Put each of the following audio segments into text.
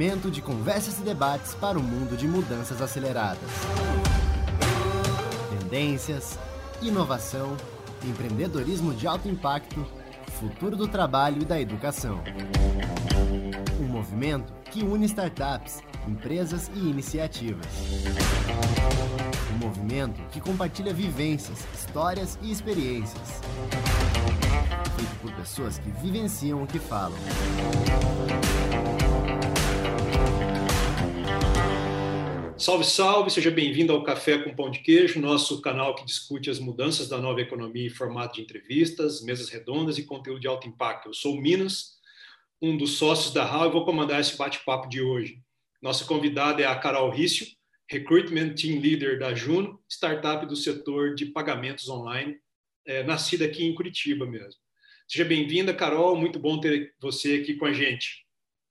Momento de conversas e debates para o mundo de mudanças aceleradas. Tendências, inovação, empreendedorismo de alto impacto, futuro do trabalho e da educação. Um movimento que une startups, empresas e iniciativas. Um movimento que compartilha vivências, histórias e experiências. Feito por pessoas que vivenciam o que falam. Salve, salve! Seja bem-vindo ao Café com Pão de Queijo, nosso canal que discute as mudanças da nova economia em formato de entrevistas, mesas redondas e conteúdo de alto impacto. Eu sou o Minas, um dos sócios da HAL, e vou comandar esse bate-papo de hoje. Nossa convidada é a Carol Rício, Recruitment Team Leader da Juno, startup do setor de pagamentos online, nascida aqui em Curitiba mesmo. Seja bem-vinda, Carol, muito bom ter você aqui com a gente.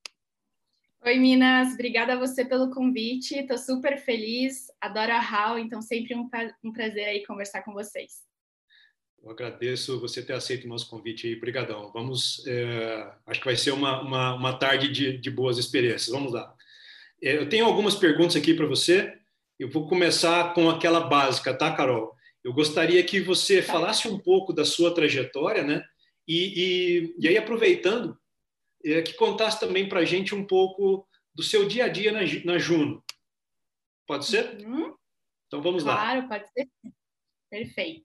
Oi, Minas, obrigada a você pelo convite, estou super feliz, adoro a HAL, então sempre um prazer aí conversar com vocês. Eu agradeço você ter aceito o nosso convite aí, brigadão. Vamos, acho que vai ser uma tarde de boas experiências, vamos lá. Eu tenho algumas perguntas aqui para você, eu vou começar com aquela básica, tá, Carol? Eu gostaria que você falasse um pouco da sua trajetória, né? E aí, aproveitando, que contasse também para a gente um pouco do seu dia a dia na Juno. Pode ser? Uhum. Então vamos lá. Claro, pode ser. Perfeito.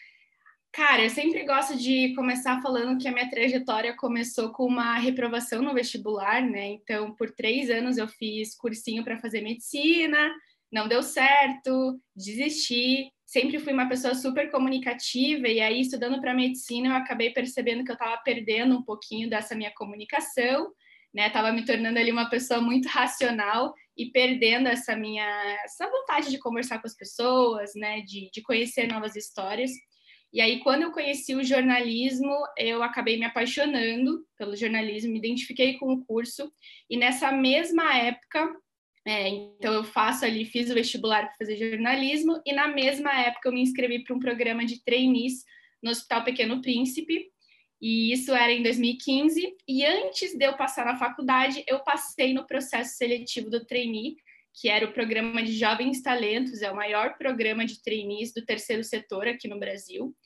Cara, eu sempre gosto de começar falando que a minha trajetória começou com uma reprovação no vestibular, né? Então, por 3 anos eu fiz cursinho para fazer medicina, não deu certo, desisti. Sempre fui uma pessoa super comunicativa e aí, estudando para medicina, eu acabei percebendo que eu estava perdendo um pouquinho dessa minha comunicação, né? Estava me tornando ali uma pessoa muito racional e perdendo essa vontade de conversar com as pessoas, né? De conhecer novas histórias. E aí, quando eu conheci o jornalismo, eu acabei me apaixonando pelo jornalismo, me identifiquei com o curso e nessa mesma época... então eu fiz o vestibular para fazer jornalismo e na mesma época eu me inscrevi para um programa de trainees no Hospital Pequeno Príncipe e isso era em 2015 e antes de eu passar na faculdade eu passei no processo seletivo do trainee, que era o programa de Jovens Talentos, é o maior programa de trainees do terceiro setor aqui no Brasil.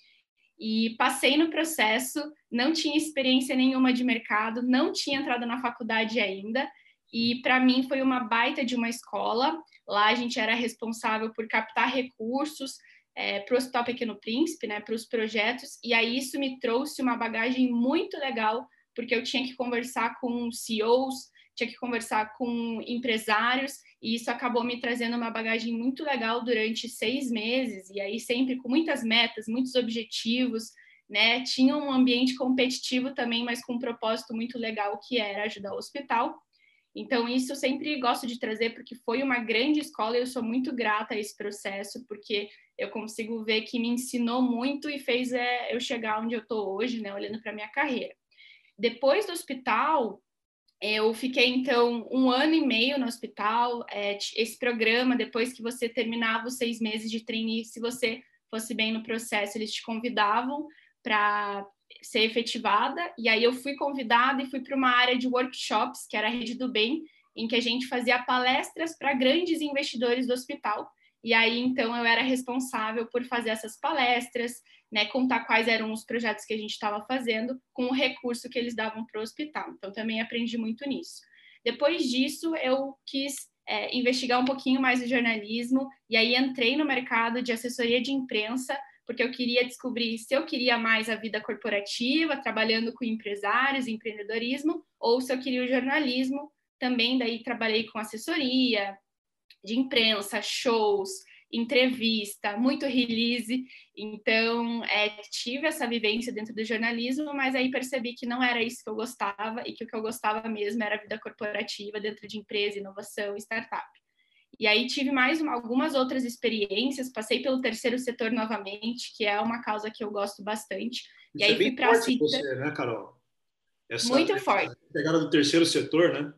E passei no processo, não tinha experiência nenhuma de mercado, não tinha entrado na faculdade ainda, e para mim foi uma baita de uma escola. Lá a gente era responsável por captar recursos para o Hospital Pequeno Príncipe, né, para os projetos, e aí isso me trouxe uma bagagem muito legal, porque eu tinha que conversar com CEOs, tinha que conversar com empresários, e isso acabou me trazendo uma bagagem muito legal durante 6 meses, e aí sempre com muitas metas, muitos objetivos, né? Tinha um ambiente competitivo também, mas com um propósito muito legal, que era ajudar o hospital. Então, isso eu sempre gosto de trazer, porque foi uma grande escola e eu sou muito grata a esse processo, porque eu consigo ver que me ensinou muito e fez eu chegar onde eu estou hoje, né? Olhando para a minha carreira. Depois do hospital... eu fiquei, então, 1 ano e meio no hospital. Esse programa, depois que você terminava os 6 meses de trainee, se você fosse bem no processo, eles te convidavam para ser efetivada. E aí eu fui convidada e fui para uma área de workshops, que era a Rede do Bem, em que a gente fazia palestras para grandes investidores do hospital. E aí, então, eu era responsável por fazer essas palestras, né, contar quais eram os projetos que a gente estava fazendo com o recurso que eles davam para o hospital. Então, também aprendi muito nisso. Depois disso, eu quis investigar um pouquinho mais o jornalismo e aí entrei no mercado de assessoria de imprensa, porque eu queria descobrir se eu queria mais a vida corporativa, trabalhando com empresários, empreendedorismo, ou se eu queria o jornalismo. Também daí trabalhei com assessoria de imprensa, shows, entrevista, muito release. Então, tive essa vivência dentro do jornalismo, mas aí percebi que não era isso que eu gostava e que o que eu gostava mesmo era a vida corporativa dentro de empresa, inovação e startup. E aí tive algumas outras experiências, passei pelo terceiro setor novamente, que é uma causa que eu gosto bastante. Isso e aí é bem fui para forte você, né, Carol? Muito forte. Pegada do terceiro setor, né?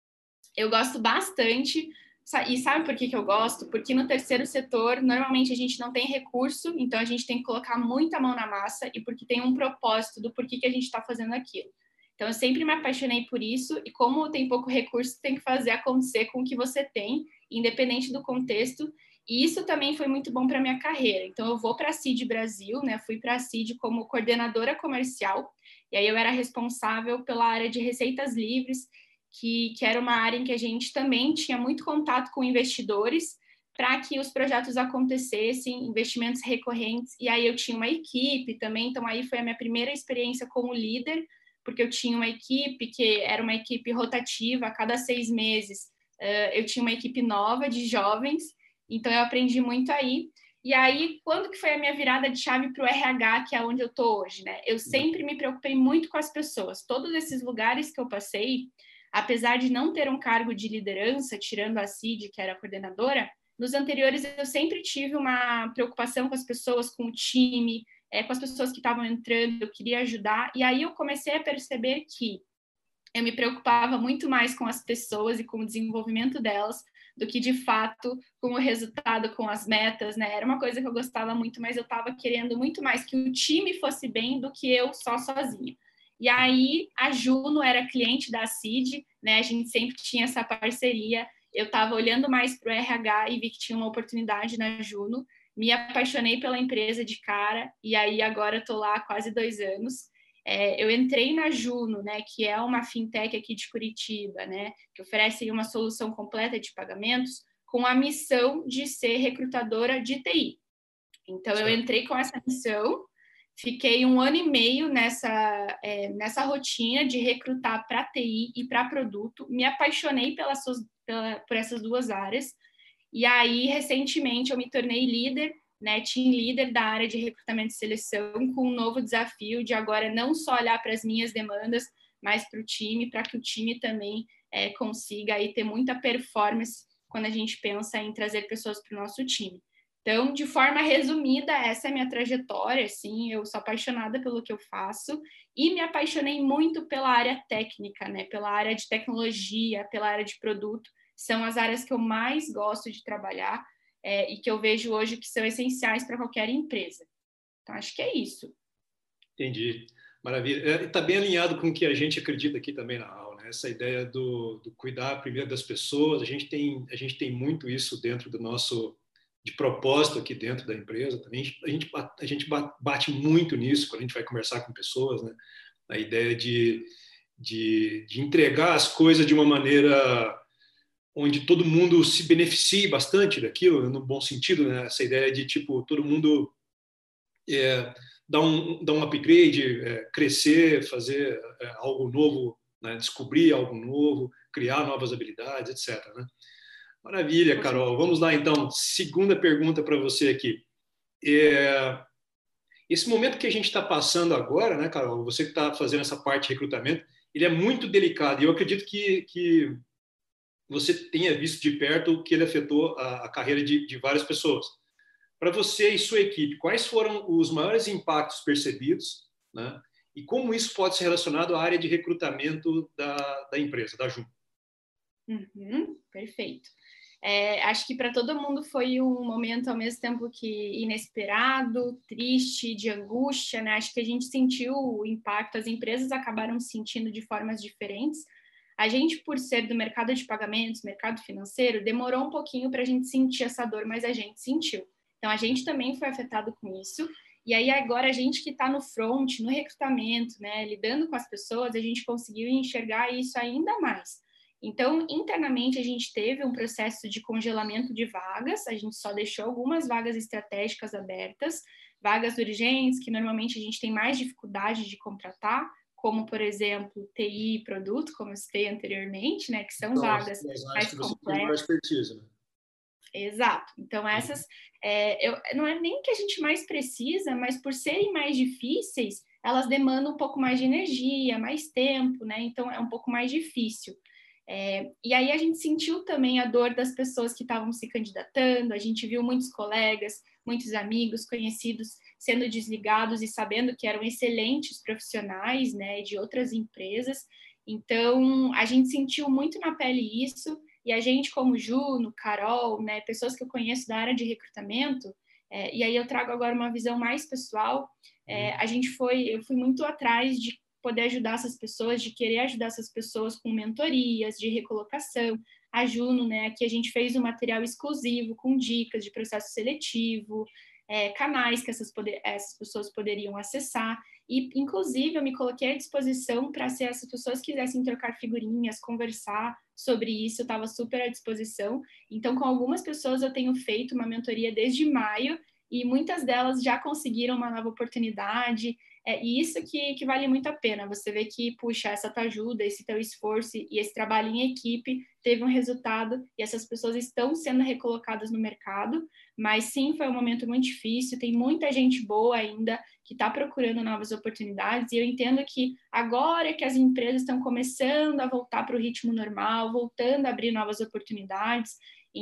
Eu gosto bastante. E sabe por que eu gosto? Porque no terceiro setor, normalmente a gente não tem recurso, então a gente tem que colocar muita mão na massa e porque tem um propósito do porquê que a gente está fazendo aquilo. Então, eu sempre me apaixonei por isso, e como tem pouco recurso, tem que fazer acontecer com o que você tem, independente do contexto, e isso também foi muito bom para a minha carreira. Então, eu vou para a CID Brasil, né? Fui para a CID como coordenadora comercial, e aí eu era responsável pela área de receitas livres, que era uma área em que a gente também tinha muito contato com investidores, para que os projetos acontecessem, investimentos recorrentes, e aí eu tinha uma equipe também, então aí foi a minha primeira experiência como líder, porque eu tinha uma equipe que era uma equipe rotativa, a cada 6 meses eu tinha uma equipe nova de jovens, então eu aprendi muito aí. E aí, quando que foi a minha virada de chave para o RH, que é onde eu estou hoje, né? Eu sempre me preocupei muito com as pessoas. Todos esses lugares que eu passei, apesar de não ter um cargo de liderança, tirando a Cid, que era a coordenadora, nos anteriores eu sempre tive uma preocupação com as pessoas, com o time, com as pessoas que estavam entrando, eu queria ajudar. E aí eu comecei a perceber que eu me preocupava muito mais com as pessoas e com o desenvolvimento delas do que, de fato, com o resultado, com as metas, né? Era uma coisa que eu gostava muito, mas eu estava querendo muito mais que o time fosse bem do que eu sozinha. E aí, a Juno era cliente da CID, né? A gente sempre tinha essa parceria. Eu estava olhando mais para o RH e vi que tinha uma oportunidade na Juno. Me apaixonei pela empresa de cara, e aí agora estou lá há quase 2 anos. Eu entrei na Juno, né, que é uma fintech aqui de Curitiba, né, que oferece uma solução completa de pagamentos, com a missão de ser recrutadora de TI. Então, eu entrei com essa missão, fiquei 1 ano e meio nessa rotina de recrutar para TI e para produto, me apaixonei por essas 2 áreas, e aí, recentemente, eu me tornei líder, né, team leader da área de recrutamento e seleção, com um novo desafio de agora não só olhar para as minhas demandas, mas para o time, para que o time também consiga aí ter muita performance quando a gente pensa em trazer pessoas para o nosso time. Então, de forma resumida, essa é a minha trajetória, assim, eu sou apaixonada pelo que eu faço e me apaixonei muito pela área técnica, né, pela área de tecnologia, pela área de produto, são as áreas que eu mais gosto de trabalhar e que eu vejo hoje que são essenciais para qualquer empresa. Então, acho que é isso. Entendi. Maravilha. Está bem alinhado com o que a gente acredita aqui também na aula, né? Essa ideia do cuidar primeiro das pessoas. A gente tem muito isso dentro do nosso de propósito aqui dentro da empresa também. A gente bate muito nisso quando a gente vai conversar com pessoas, né? A ideia de entregar as coisas de uma maneira onde todo mundo se beneficie bastante daquilo, no bom sentido, né? Essa ideia de, tipo, todo mundo dar um upgrade, crescer, fazer algo novo, né? Descobrir algo novo, criar novas habilidades, etc. Né? Maravilha, Carol. Vamos lá, então. Segunda pergunta para você aqui. Esse momento que a gente está passando agora, né, Carol? Você que está fazendo essa parte de recrutamento, ele é muito delicado. E eu acredito que você tenha visto de perto que ele afetou a carreira de várias pessoas. Para você e sua equipe, quais foram os maiores impactos percebidos, né? E como isso pode ser relacionado à área de recrutamento da empresa, da Juno? Perfeito. Acho que para todo mundo foi um momento ao mesmo tempo que inesperado, triste, de angústia, né? Acho que a gente sentiu o impacto, as empresas acabaram sentindo de formas diferentes. A gente, por ser do mercado de pagamentos, mercado financeiro, demorou um pouquinho para a gente sentir essa dor, mas a gente sentiu. Então, a gente também foi afetado com isso. E aí, agora, a gente que está no front, no recrutamento, né, lidando com as pessoas, a gente conseguiu enxergar isso ainda mais. Então, internamente, a gente teve um processo de congelamento de vagas, a gente só deixou algumas vagas estratégicas abertas, vagas urgentes, que normalmente a gente tem mais dificuldade de contratar, como, por exemplo, TI e produto, como eu citei anteriormente, né, que são então, vagas mais complexas. Expertise, né? Exato. Então, essas não é nem que a gente mais precisa, mas por serem mais difíceis, elas demandam um pouco mais de energia, mais tempo, né? Então, é um pouco mais difícil. E aí a gente sentiu também a dor das pessoas que estavam se candidatando, a gente viu muitos colegas, muitos amigos, conhecidos sendo desligados e sabendo que eram excelentes profissionais, né, de outras empresas. Então, a gente sentiu muito na pele isso, e a gente, como Juno, Carol, né, pessoas que eu conheço da área de recrutamento, e aí eu trago agora uma visão mais pessoal, eu fui muito atrás de poder ajudar essas pessoas, de querer ajudar essas pessoas com mentorias, de recolocação. A Juno, né, aqui a gente fez um material exclusivo com dicas de processo seletivo, canais que essas pessoas poderiam acessar. E, inclusive, eu me coloquei à disposição para, se essas pessoas quisessem trocar figurinhas, conversar sobre isso, eu estava super à disposição. Então, com algumas pessoas eu tenho feito uma mentoria desde maio, e muitas delas já conseguiram uma nova oportunidade, e isso que vale muito a pena. Você vê que, puxa, essa tua ajuda, esse teu esforço e esse trabalho em equipe teve um resultado, e essas pessoas estão sendo recolocadas no mercado. Mas sim, foi um momento muito difícil, tem muita gente boa ainda que está procurando novas oportunidades, e eu entendo que agora que as empresas estão começando a voltar para o ritmo normal, voltando a abrir novas oportunidades,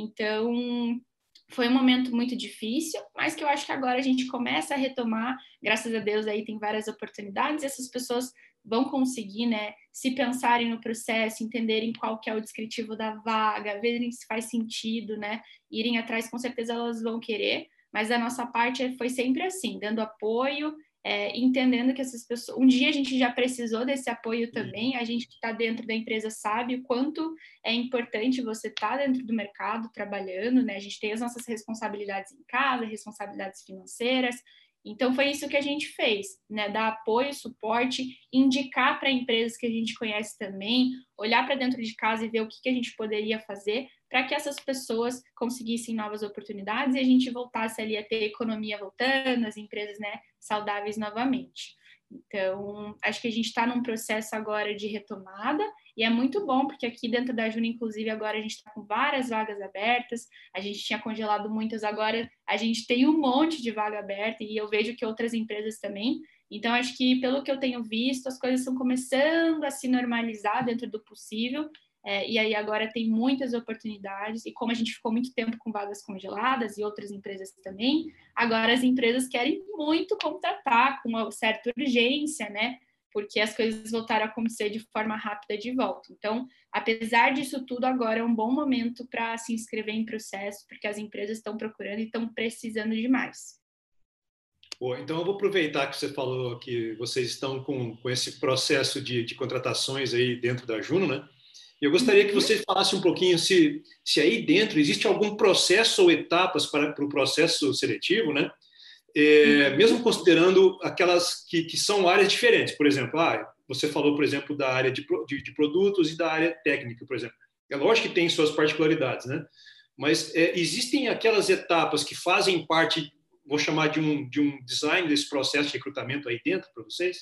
então foi um momento muito difícil, mas que eu acho que agora a gente começa a retomar, graças a Deus aí tem várias oportunidades, e essas pessoas vão conseguir, né, se pensarem no processo, entenderem qual que é o descritivo da vaga, verem se faz sentido, né, irem atrás, com certeza elas vão querer, mas da nossa parte foi sempre assim, dando apoio, entendendo que essas pessoas... Um dia a gente já precisou desse apoio também, a gente que está dentro da empresa sabe o quanto é importante você estar dentro do mercado trabalhando, né? A gente tem as nossas responsabilidades em casa, responsabilidades financeiras, então foi isso que a gente fez, né? Dar apoio, suporte, indicar para empresas que a gente conhece também, olhar para dentro de casa e ver o que a gente poderia fazer para que essas pessoas conseguissem novas oportunidades e a gente voltasse ali a ter economia voltando, as empresas, né, saudáveis novamente. Então, acho que a gente está num processo agora de retomada, e é muito bom, porque aqui dentro da Juno, inclusive, agora a gente está com várias vagas abertas, a gente tinha congelado muitas, agora a gente tem um monte de vaga aberta, e eu vejo que outras empresas também. Então, acho que, pelo que eu tenho visto, as coisas estão começando a se normalizar dentro do possível, e aí agora tem muitas oportunidades, e como a gente ficou muito tempo com vagas congeladas, e outras empresas também, agora as empresas querem muito contratar com uma certa urgência, né? Porque as coisas voltaram a acontecer de forma rápida de volta. Então, apesar disso tudo, agora é um bom momento para se inscrever em processo, porque as empresas estão procurando e estão precisando demais. Bom, então eu vou aproveitar que você falou que vocês estão com esse processo de contratações aí dentro da Juno, né? Eu gostaria que você falasse um pouquinho se aí dentro existe algum processo ou etapas para o processo seletivo, né? Mesmo considerando aquelas que são áreas diferentes. Por exemplo, você falou, por exemplo, da área de produtos e da área técnica, por exemplo. É lógico que tem suas particularidades, né? Mas existem aquelas etapas que fazem parte, vou chamar de um design desse processo de recrutamento aí dentro para vocês?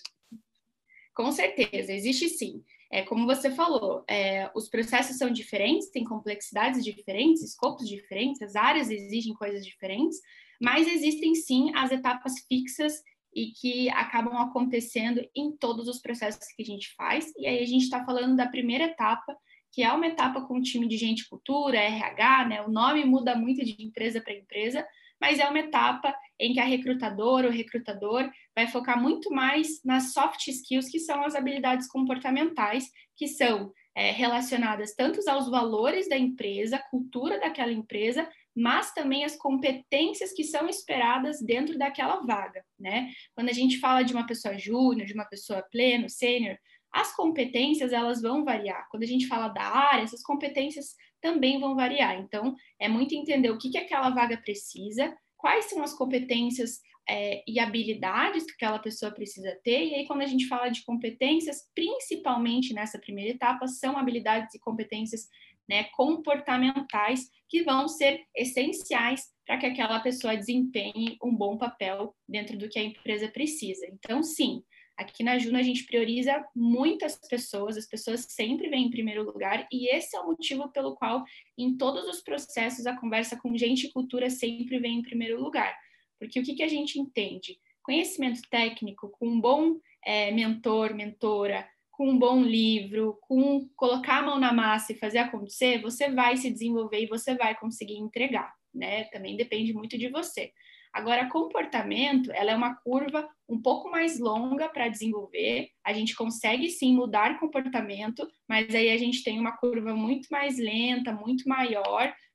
Com certeza, existe sim. Como você falou, os processos são diferentes, têm complexidades diferentes, escopos diferentes, as áreas exigem coisas diferentes, mas existem sim as etapas fixas e que acabam acontecendo em todos os processos que a gente faz. E aí a gente está falando da primeira etapa, que é uma etapa com um time de gente e cultura, RH, né? O nome muda muito de empresa para empresa, mas é uma etapa em que a recrutadora ou recrutador vai focar muito mais nas soft skills, que são as habilidades comportamentais, que são relacionadas tanto aos valores da empresa, cultura daquela empresa, mas também as competências que são esperadas dentro daquela vaga, né? Quando a gente fala de uma pessoa júnior, de uma pessoa pleno, sênior, as competências, elas vão variar. Quando a gente fala da área, essas competências também vão variar. Então, é muito entender o que aquela vaga precisa, quais são as competências e habilidades que aquela pessoa precisa ter. E aí, quando a gente fala de competências, principalmente nessa primeira etapa, são habilidades e competências, né, comportamentais, que vão ser essenciais para que aquela pessoa desempenhe um bom papel dentro do que a empresa precisa. Então, sim, aqui na Juno a gente prioriza muitas pessoas, as pessoas sempre vêm em primeiro lugar, e esse é o motivo pelo qual em todos os processos a conversa com gente e cultura sempre vem em primeiro lugar. Porque o que a gente entende? Conhecimento técnico, com um bom mentor, mentora, com um bom livro, com colocar a mão na massa e fazer acontecer, você vai se desenvolver e você vai conseguir entregar, né? Também depende muito de você. Agora, comportamento, ela é uma curva um pouco mais longa para desenvolver. A gente consegue, sim, mudar comportamento, mas aí a gente tem uma curva muito mais lenta, muito maior,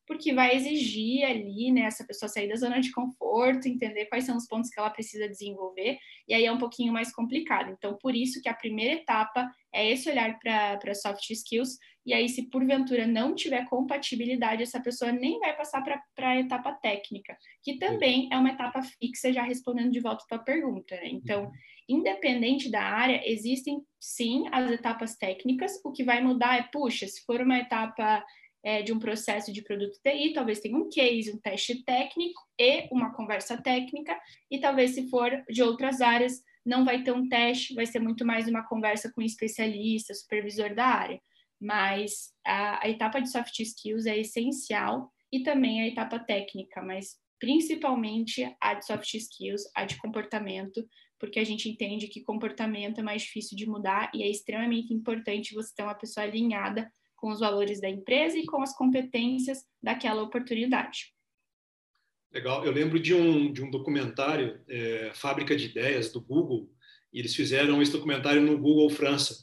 porque vai exigir ali, né, essa pessoa sair da zona de conforto, entender quais são os pontos que ela precisa desenvolver, e aí é um pouquinho mais complicado. Então, por isso que a primeira etapa é esse olhar para soft skills, e aí, se porventura não tiver compatibilidade, essa pessoa nem vai passar para a etapa técnica, que também é uma etapa fixa, já respondendo de volta a tua pergunta, né? Então, independente da área, existem sim as etapas técnicas, o que vai mudar é, puxa, se for uma etapa de um processo de produto TI, talvez tenha um case, um teste técnico e uma conversa técnica, e talvez se for de outras áreas, não vai ter um teste, vai ser muito mais uma conversa com um especialista, supervisor da área. Mas a etapa de soft skills é essencial e também a etapa técnica, mas principalmente a de soft skills, a de comportamento, porque a gente entende que comportamento é mais difícil de mudar e é extremamente importante você ter uma pessoa alinhada com os valores da empresa e com as competências daquela oportunidade. Legal. Eu lembro de um documentário, Fábrica de Ideias, do Google, e eles fizeram esse documentário no Google França.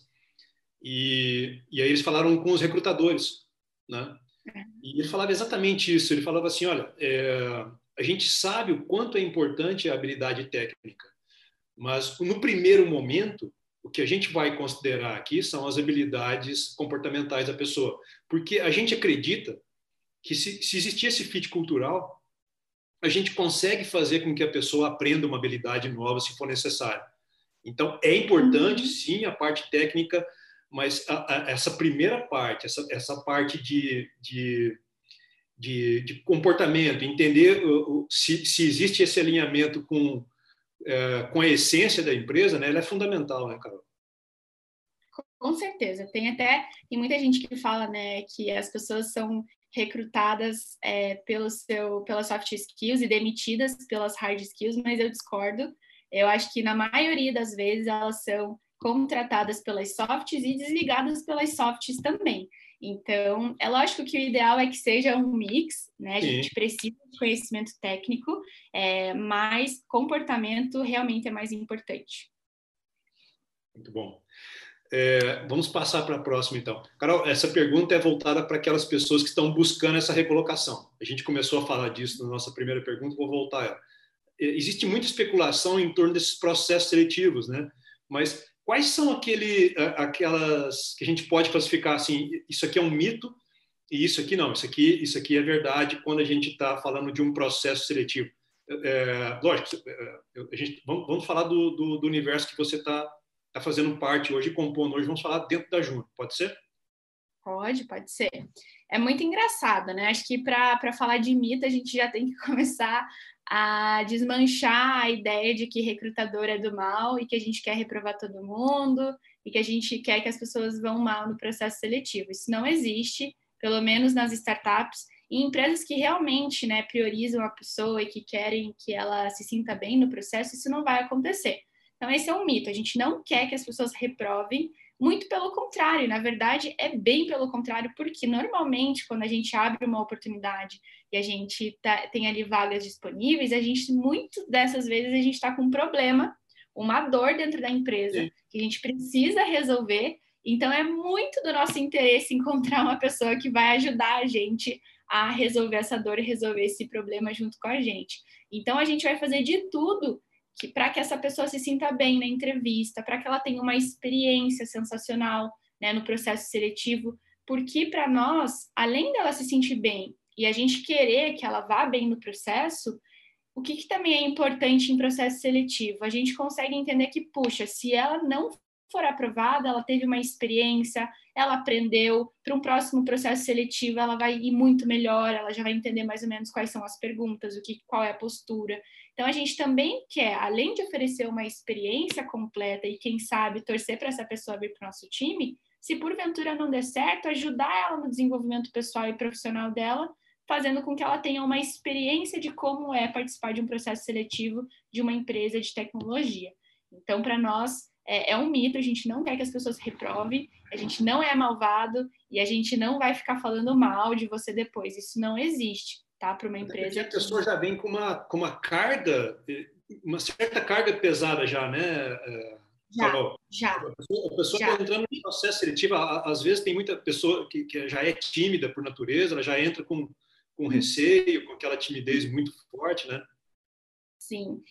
E aí eles falaram com os recrutadores, né? E ele falava exatamente isso. Ele falava assim, olha, a gente sabe o quanto é importante a habilidade técnica, mas no primeiro momento, o que a gente vai considerar aqui são as habilidades comportamentais da pessoa. Porque a gente acredita que se existir esse fit cultural, a gente consegue fazer com que a pessoa aprenda uma habilidade nova se for necessário. Então, é importante, sim, a parte técnica, mas essa primeira parte, essa parte de comportamento, entender se existe esse alinhamento com a essência da empresa, né, ela é fundamental, né, Carol? Com certeza. Tem muita gente que fala, né, que as pessoas são recrutadas pelas soft skills e demitidas pelas hard skills, mas eu discordo. Eu acho que na maioria das vezes elas são contratadas pelas softs e desligadas pelas softs também. Então, é lógico que o ideal é que seja um mix, né? A gente precisa de conhecimento técnico, mas comportamento realmente é mais importante. Muito bom. Vamos passar para a próxima, então. Carol, essa pergunta é voltada para aquelas pessoas que estão buscando essa recolocação. A gente começou a falar disso na nossa primeira pergunta, vou voltar a ela. Existe muita especulação em torno desses processos seletivos, né? Mas quais são aquelas que a gente pode classificar assim, isso aqui é um mito e isso aqui não, isso aqui é verdade quando a gente está falando de um processo seletivo? Lógico, vamos falar do universo que você está fazendo parte hoje, compondo hoje, vamos falar dentro da Juno, pode ser? Pode ser. É muito engraçado, né? Acho que para falar de mito, a gente já tem que começar a desmanchar a ideia de que recrutador é do mal e que a gente quer reprovar todo mundo e que a gente quer que as pessoas vão mal no processo seletivo. Isso não existe, pelo menos nas startups e empresas que realmente, né, priorizam a pessoa e que querem que ela se sinta bem no processo, isso não vai acontecer. Então, esse é um mito. A gente não quer que as pessoas reprovem, muito pelo contrário. Na verdade, é bem pelo contrário, porque normalmente, quando a gente abre uma oportunidade e a gente tem ali vagas disponíveis, muitas dessas vezes, a gente está com um problema, uma dor dentro da empresa, que a gente precisa resolver. Então, é muito do nosso interesse encontrar uma pessoa que vai ajudar a gente a resolver essa dor e resolver esse problema junto com a gente. Então, a gente vai fazer de tudo para que essa pessoa se sinta bem na entrevista, para que ela tenha uma experiência sensacional, né, no processo seletivo, porque para nós, além dela se sentir bem e a gente querer que ela vá bem no processo, o que também é importante em processo seletivo? A gente consegue entender que, puxa, se ela não for aprovada, ela teve uma experiência, ela aprendeu, para um próximo processo seletivo ela vai ir muito melhor, ela já vai entender mais ou menos quais são as perguntas, qual é a postura. Então, a gente também quer, além de oferecer uma experiência completa e, quem sabe, torcer para essa pessoa vir para o nosso time, se porventura não der certo, ajudar ela no desenvolvimento pessoal e profissional dela, fazendo com que ela tenha uma experiência de como é participar de um processo seletivo de uma empresa de tecnologia. Então, para nós, é um mito, a gente não quer que as pessoas reprovem, a gente não é malvado e a gente não vai ficar falando mal de você depois. Isso não existe, tá? Para uma empresa. A pessoa já vem com uma carga, uma certa carga pesada já, né? Já. A pessoa está entrando no processo seletivo, às vezes tem muita pessoa que já é tímida por natureza, ela já entra com com receio, com aquela timidez muito forte, né? Sim,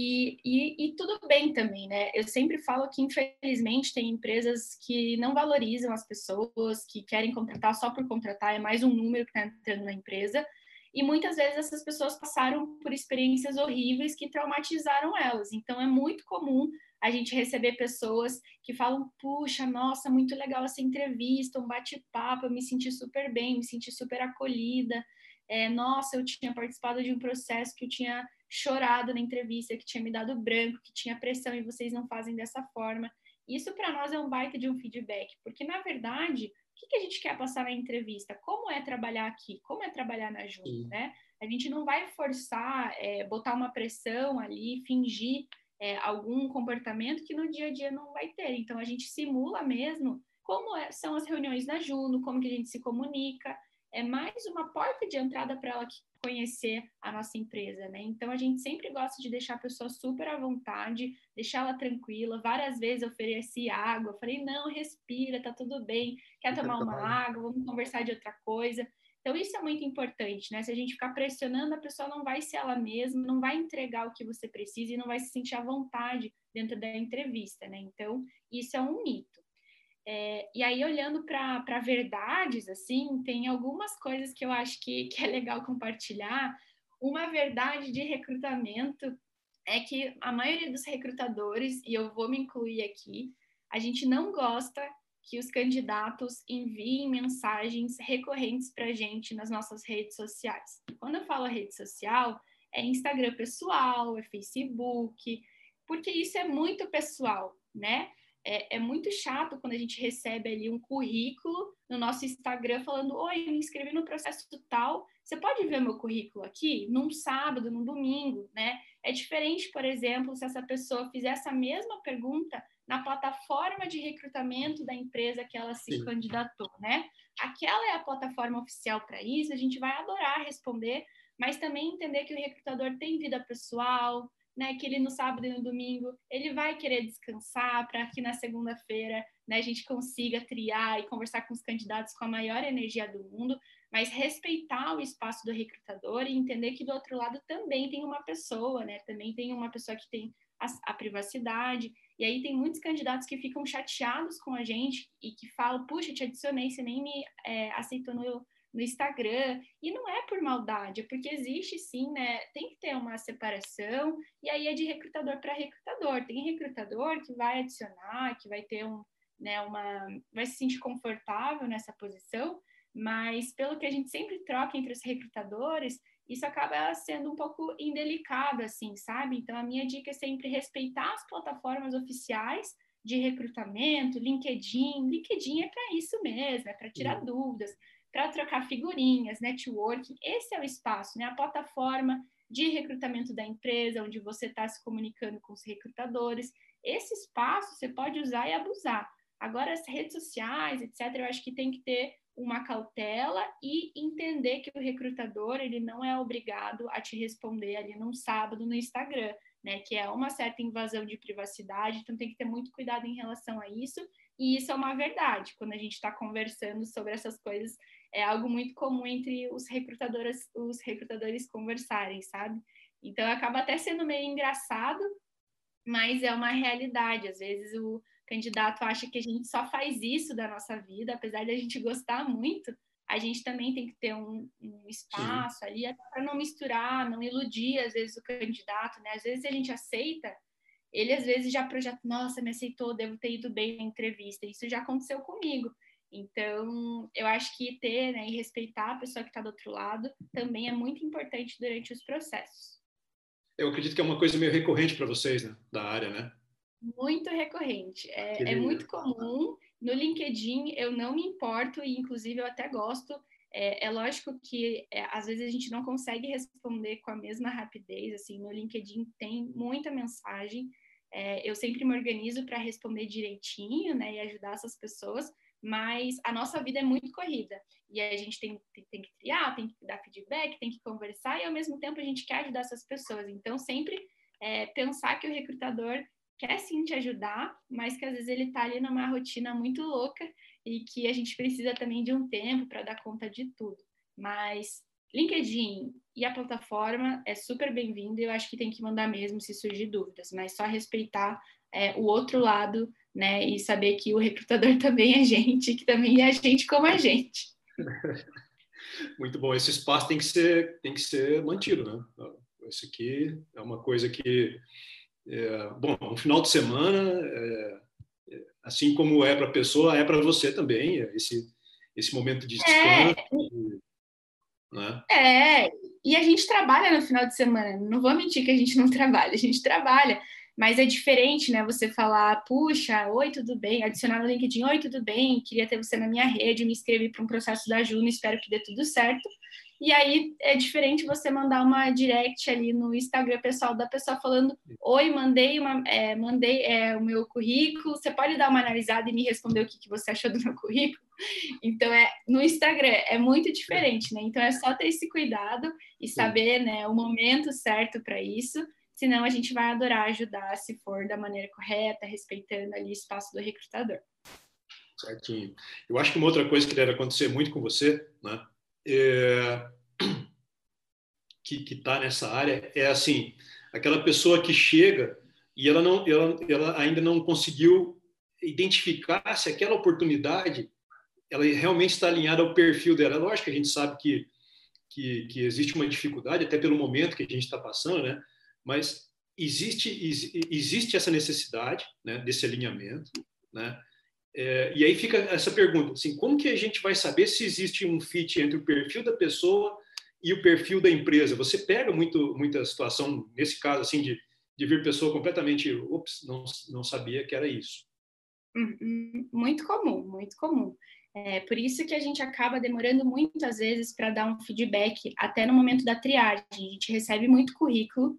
e tudo bem também, né? Eu sempre falo que, infelizmente, tem empresas que não valorizam as pessoas, que querem contratar só por contratar, é mais um número que está entrando na empresa, e muitas vezes essas pessoas passaram por experiências horríveis que traumatizaram elas. Então, é muito comum a gente receber pessoas que falam, puxa, nossa, muito legal essa entrevista, um bate-papo, eu me senti super bem, me senti super acolhida, nossa, eu tinha participado de um processo que eu tinha chorado na entrevista, que tinha me dado branco, que tinha pressão e vocês não fazem dessa forma. Isso para nós é um baita de um feedback, porque na verdade, o que a gente quer passar na entrevista? Como é trabalhar aqui? Como é trabalhar na Juno, né? A gente não vai forçar, botar uma pressão ali, fingir algum comportamento que no dia a dia não vai ter. Então a gente simula mesmo como são as reuniões na Juno, como que a gente se comunica. É mais uma porta de entrada para ela conhecer a nossa empresa, né? Então, a gente sempre gosta de deixar a pessoa super à vontade, deixar ela tranquila. Várias vezes eu ofereci água, eu falei, não, respira, tá tudo bem. Quer tomar uma água? Vamos conversar de outra coisa. Então, isso é muito importante, né? Se a gente ficar pressionando, a pessoa não vai ser ela mesma, não vai entregar o que você precisa e não vai se sentir à vontade dentro da entrevista, né? Então, isso é um mito. E aí, olhando para verdades, assim, tem algumas coisas que eu acho que é legal compartilhar. Uma verdade de recrutamento é que a maioria dos recrutadores, e eu vou me incluir aqui, a gente não gosta que os candidatos enviem mensagens recorrentes para a gente nas nossas redes sociais. Quando eu falo rede social, é Instagram pessoal, é Facebook, porque isso é muito pessoal, né? É muito chato quando a gente recebe ali um currículo no nosso Instagram falando, oi, me inscrevi no processo tal, você pode ver meu currículo aqui? Num sábado, num domingo, né? É diferente, por exemplo, se essa pessoa fizer essa mesma pergunta na plataforma de recrutamento da empresa que ela se candidatou, né? Aquela é a plataforma oficial para isso, a gente vai adorar responder, mas também entender que o recrutador tem vida pessoal, né, que ele no sábado e no domingo ele vai querer descansar para que na segunda-feira, né, a gente consiga triar e conversar com os candidatos com a maior energia do mundo, mas respeitar o espaço do recrutador e entender que do outro lado também tem uma pessoa, né, também tem uma pessoa que tem a privacidade, e aí tem muitos candidatos que ficam chateados com a gente e que falam, puxa, te adicionei, você nem me aceitou no Instagram, e não é por maldade, é porque existe sim, né, tem que ter uma separação, e aí é de recrutador para recrutador, tem recrutador que vai adicionar, que vai ter vai se sentir confortável nessa posição, mas pelo que a gente sempre troca entre os recrutadores, isso acaba sendo um pouco indelicado, assim, sabe? Então, a minha dica é sempre respeitar as plataformas oficiais de recrutamento, LinkedIn. LinkedIn é para isso mesmo, é para tirar dúvidas, para trocar figurinhas, networking. Esse é o espaço, né? A plataforma de recrutamento da empresa, onde você está se comunicando com os recrutadores. Esse espaço você pode usar e abusar. Agora, as redes sociais, etc., eu acho que tem que ter uma cautela e entender que o recrutador ele não é obrigado a te responder ali num sábado no Instagram, né? Que é uma certa invasão de privacidade, então tem que ter muito cuidado em relação a isso. E isso é uma verdade. Quando a gente está conversando sobre essas coisas, é algo muito comum entre os recrutadores conversarem, sabe? Então acaba até sendo meio engraçado, mas é uma realidade. Às vezes o candidato acha que a gente só faz isso da nossa vida, apesar de a gente gostar muito, a gente também tem que ter um espaço ali para não misturar, não iludir às vezes o candidato, né? Às vezes a gente aceita, ele às vezes já projeta, nossa, me aceitou, devo ter ido bem na entrevista. Isso já aconteceu comigo. Então, eu acho que ter, né, e respeitar a pessoa que está do outro lado também é muito importante durante os processos. Eu acredito que é uma coisa meio recorrente para vocês, né, da área, né? Muito recorrente. É muito comum. No LinkedIn, eu não me importo e, inclusive, eu até gosto. É lógico que, às vezes, a gente não consegue responder com a mesma rapidez. Assim, no LinkedIn tem muita mensagem. Eu sempre me organizo para responder direitinho, né, e ajudar essas pessoas, mas a nossa vida é muito corrida. E a gente tem que criar, tem que dar feedback, tem que conversar, e, ao mesmo tempo, a gente quer ajudar essas pessoas. Então, sempre pensar que o recrutador quer sim te ajudar, mas que às vezes ele está ali numa rotina muito louca e que a gente precisa também de um tempo para dar conta de tudo. Mas LinkedIn e a plataforma é super bem-vindo, eu acho que tem que mandar mesmo se surgir dúvidas, mas só respeitar o outro lado, né, e saber que o recrutador também é gente, que também é gente como a gente. Muito bom. Esse espaço tem que ser mantido, né? Isso aqui é uma coisa que, bom, no final de semana, assim como é para a pessoa, é para você também, esse momento de descanso, né? E a gente trabalha no final de semana, não vou mentir que a gente não trabalha, a gente trabalha, mas é diferente, né? Você falar, puxa, oi, tudo bem? Adicionar no LinkedIn, oi, tudo bem? Queria ter você na minha rede, me inscrevi para um processo da Juno, espero que dê tudo certo. E aí é diferente você mandar uma direct ali no Instagram pessoal da pessoa falando, oi, mandei o meu currículo, você pode dar uma analisada e me responder o que você achou do meu currículo? Então, no Instagram é muito diferente, né? Então, é só ter esse cuidado e saber, né, o momento certo para isso, senão a gente vai adorar ajudar se for da maneira correta, respeitando ali o espaço do recrutador. Certinho. Eu acho que uma outra coisa que deve acontecer muito com você, né, que está nessa área, é assim, aquela pessoa que chega e ela ainda não conseguiu identificar se aquela oportunidade ela realmente está alinhada ao perfil dela. É lógico que a gente sabe que existe uma dificuldade, até pelo momento que a gente está passando, né? Mas existe essa necessidade, né, desse alinhamento, né? E aí fica essa pergunta, assim, como que a gente vai saber se existe um fit entre o perfil da pessoa e o perfil da empresa? Você pega muita situação, nesse caso, assim, de vir pessoa completamente, não sabia que era isso. Muito comum, muito comum. Por isso que a gente acaba demorando muitas vezes para dar um feedback, até no momento da triagem. A gente recebe muito currículo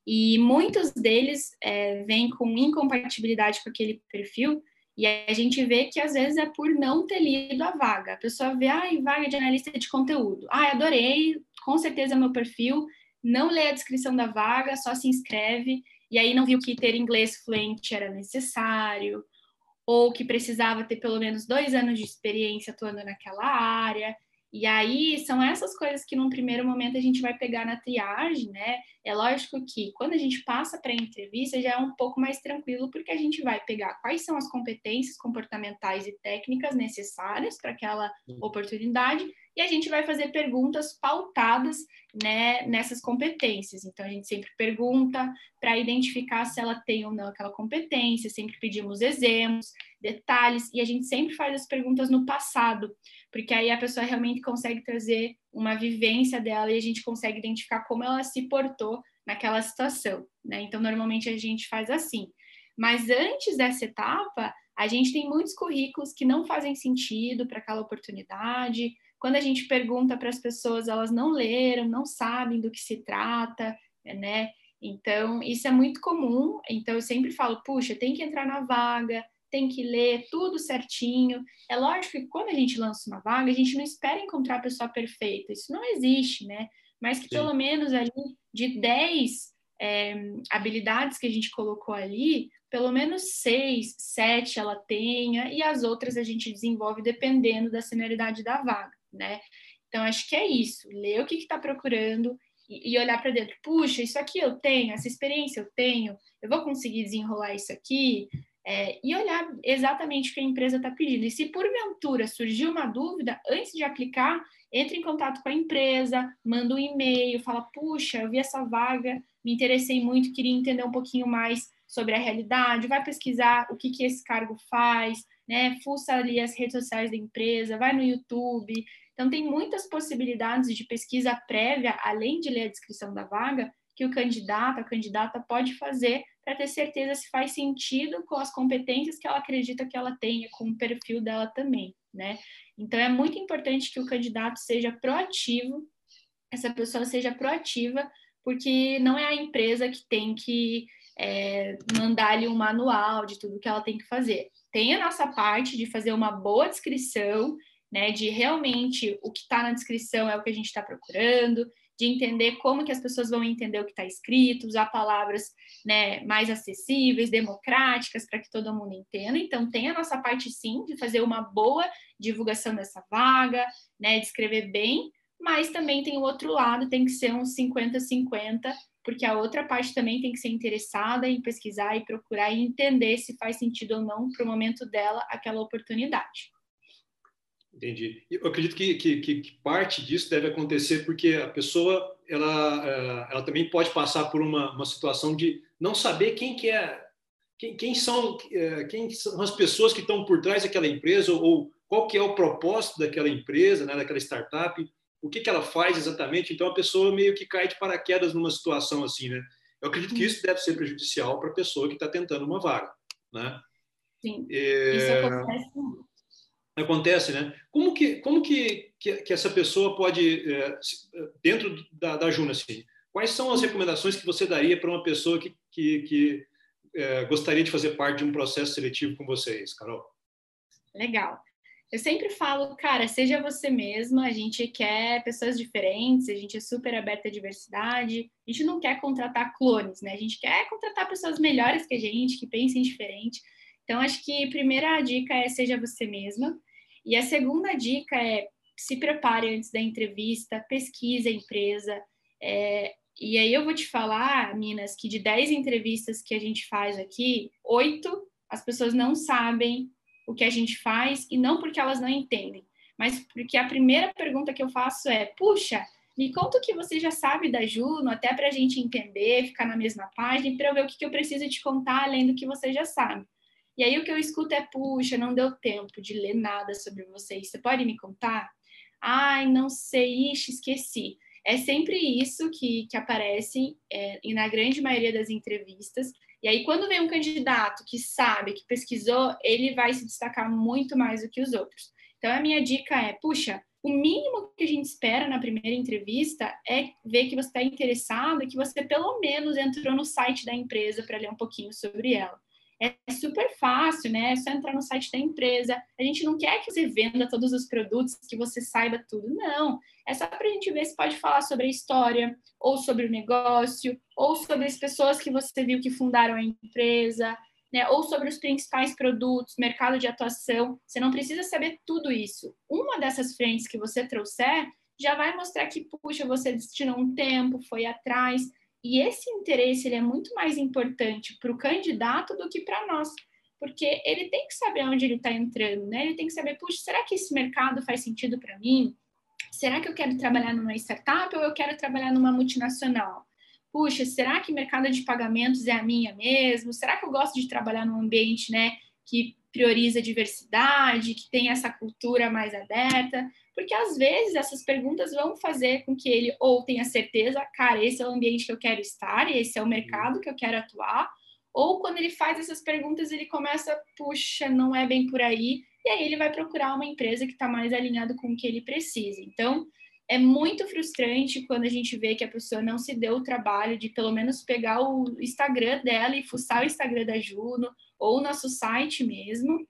e muitos deles vêm com incompatibilidade com aquele perfil, e a gente vê que às vezes é por não ter lido a vaga. A pessoa vê, vaga de analista de conteúdo. Adorei, com certeza é meu perfil, não lê a descrição da vaga, só se inscreve, e aí não viu que ter inglês fluente era necessário, ou que precisava ter pelo menos 2 anos de experiência atuando naquela área. E aí são essas coisas que num primeiro momento a gente vai pegar na triagem, né? É lógico que quando a gente passa para a entrevista já é um pouco mais tranquilo, porque a gente vai pegar quais são as competências comportamentais e técnicas necessárias para aquela oportunidade e a gente vai fazer perguntas pautadas, né, nessas competências. Então, a gente sempre pergunta para identificar se ela tem ou não aquela competência, sempre pedimos exemplos, detalhes, e a gente sempre faz as perguntas no passado, porque aí a pessoa realmente consegue trazer uma vivência dela e a gente consegue identificar como ela se portou naquela situação, né? Então, normalmente a gente faz assim. Mas antes dessa etapa, a gente tem muitos currículos que não fazem sentido para aquela oportunidade. Quando a gente pergunta para as pessoas, elas não leram, não sabem do que se trata, né? Então, isso é muito comum. Então, eu sempre falo, puxa, tem que entrar na vaga, tem que ler tudo certinho. É lógico que quando a gente lança uma vaga, a gente não espera encontrar a pessoa perfeita. Isso não existe, né? Mas que pelo menos ali de 10 habilidades que a gente colocou ali, pelo menos 6, 7 ela tenha, e as outras a gente desenvolve dependendo da senioridade da vaga, né? Então, acho que é isso. Ler o que está procurando e olhar para dentro. Puxa, isso aqui eu tenho, essa experiência eu tenho, eu vou conseguir desenrolar isso aqui? E olhar exatamente o que a empresa está pedindo. E se porventura surgir uma dúvida, antes de aplicar, entre em contato com a empresa, manda um e-mail, fala, puxa, eu vi essa vaga, me interessei muito, queria entender um pouquinho mais sobre a realidade, vai pesquisar o que esse cargo faz, né? Fuça ali as redes sociais da empresa, vai no YouTube. Então, tem muitas possibilidades de pesquisa prévia, além de ler a descrição da vaga, que o candidato, a candidata pode fazer para ter certeza se faz sentido com as competências que ela acredita que ela tenha, com o perfil dela também, né? Então, é muito importante que o candidato seja proativo, essa pessoa seja proativa, porque não é a empresa que tem que mandar-lhe um manual de tudo que ela tem que fazer. Tem a nossa parte de fazer uma boa descrição, né, de realmente o que está na descrição é o que a gente está procurando, de entender como que as pessoas vão entender o que está escrito, usar palavras, né, mais acessíveis, democráticas, para que todo mundo entenda. Então, tem a nossa parte, sim, de fazer uma boa divulgação dessa vaga, né, de escrever bem, mas também tem o outro lado, tem que ser uns 50-50, porque a outra parte também tem que ser interessada em pesquisar e procurar e entender se faz sentido ou não para o momento dela aquela oportunidade. Entendi. Eu acredito que parte disso deve acontecer porque a pessoa ela também pode passar por uma situação de não saber quem são as pessoas que estão por trás daquela empresa ou qual que é o propósito daquela empresa, né, daquela startup, o que ela faz exatamente. Então a pessoa meio que cai de paraquedas numa situação assim, né? Eu acredito que isso deve ser prejudicial para a pessoa que está tentando uma vaga, né? Sim, isso acontece muito. Acontece, né? Como que essa pessoa pode, dentro da Juna, assim, quais são as recomendações que você daria para uma pessoa que gostaria de fazer parte de um processo seletivo com vocês, Carol? Legal. Eu sempre falo, cara, seja você mesma, a gente quer pessoas diferentes, a gente é super aberta à diversidade, a gente não quer contratar clones, né? A gente quer contratar pessoas melhores que a gente, que pensem diferente. Então, acho que a primeira dica é seja você mesma. E a segunda dica é se prepare antes da entrevista, pesquise a empresa. E aí eu vou te falar, Minas, que de 10 entrevistas que a gente faz aqui, 8 as pessoas não sabem o que a gente faz, e não porque elas não entendem, mas porque a primeira pergunta que eu faço é, puxa, me conta o que você já sabe da Juno, até para a gente entender, ficar na mesma página, para eu ver o que eu preciso te contar além do que você já sabe. E aí o que eu escuto é, puxa, não deu tempo de ler nada sobre vocês, você pode me contar? Ai, não sei, ixi, esqueci. É sempre isso que aparece, e na grande maioria das entrevistas. E aí, quando vem um candidato que sabe, que pesquisou, ele vai se destacar muito mais do que os outros. Então, a minha dica é, puxa, o mínimo que a gente espera na primeira entrevista é ver que você está interessado e que você, pelo menos, entrou no site da empresa para ler um pouquinho sobre ela. É super fácil, né? É só entrar no site da empresa. A gente não quer que você venda todos os produtos, que você saiba tudo. Não. É só para a gente ver se pode falar sobre a história, ou sobre o negócio, ou sobre as pessoas que você viu que fundaram a empresa, né? Ou sobre os principais produtos, mercado de atuação. Você não precisa saber tudo isso. Uma dessas frentes que você trouxer já vai mostrar que, puxa, você destinou um tempo, foi atrás. E esse interesse ele é muito mais importante para o candidato do que para nós, porque ele tem que saber onde ele está entrando, né? Ele tem que saber, puxa, será que esse mercado faz sentido para mim? Será que eu quero trabalhar numa startup ou eu quero trabalhar numa multinacional? Puxa, será que mercado de pagamentos é a minha mesmo? Será que eu gosto de trabalhar num ambiente, né, que prioriza a diversidade, que tem essa cultura mais aberta? Porque às vezes essas perguntas vão fazer com que ele ou tenha certeza, cara, esse é o ambiente que eu quero estar, esse é o mercado que eu quero atuar, ou quando ele faz essas perguntas, ele começa, puxa, não é bem por aí, e aí ele vai procurar uma empresa que está mais alinhado com o que ele precisa. Então, é muito frustrante quando a gente vê que a pessoa não se deu o trabalho de pelo menos pegar o Instagram dela e fuçar o Instagram da Juno, ou o nosso site mesmo,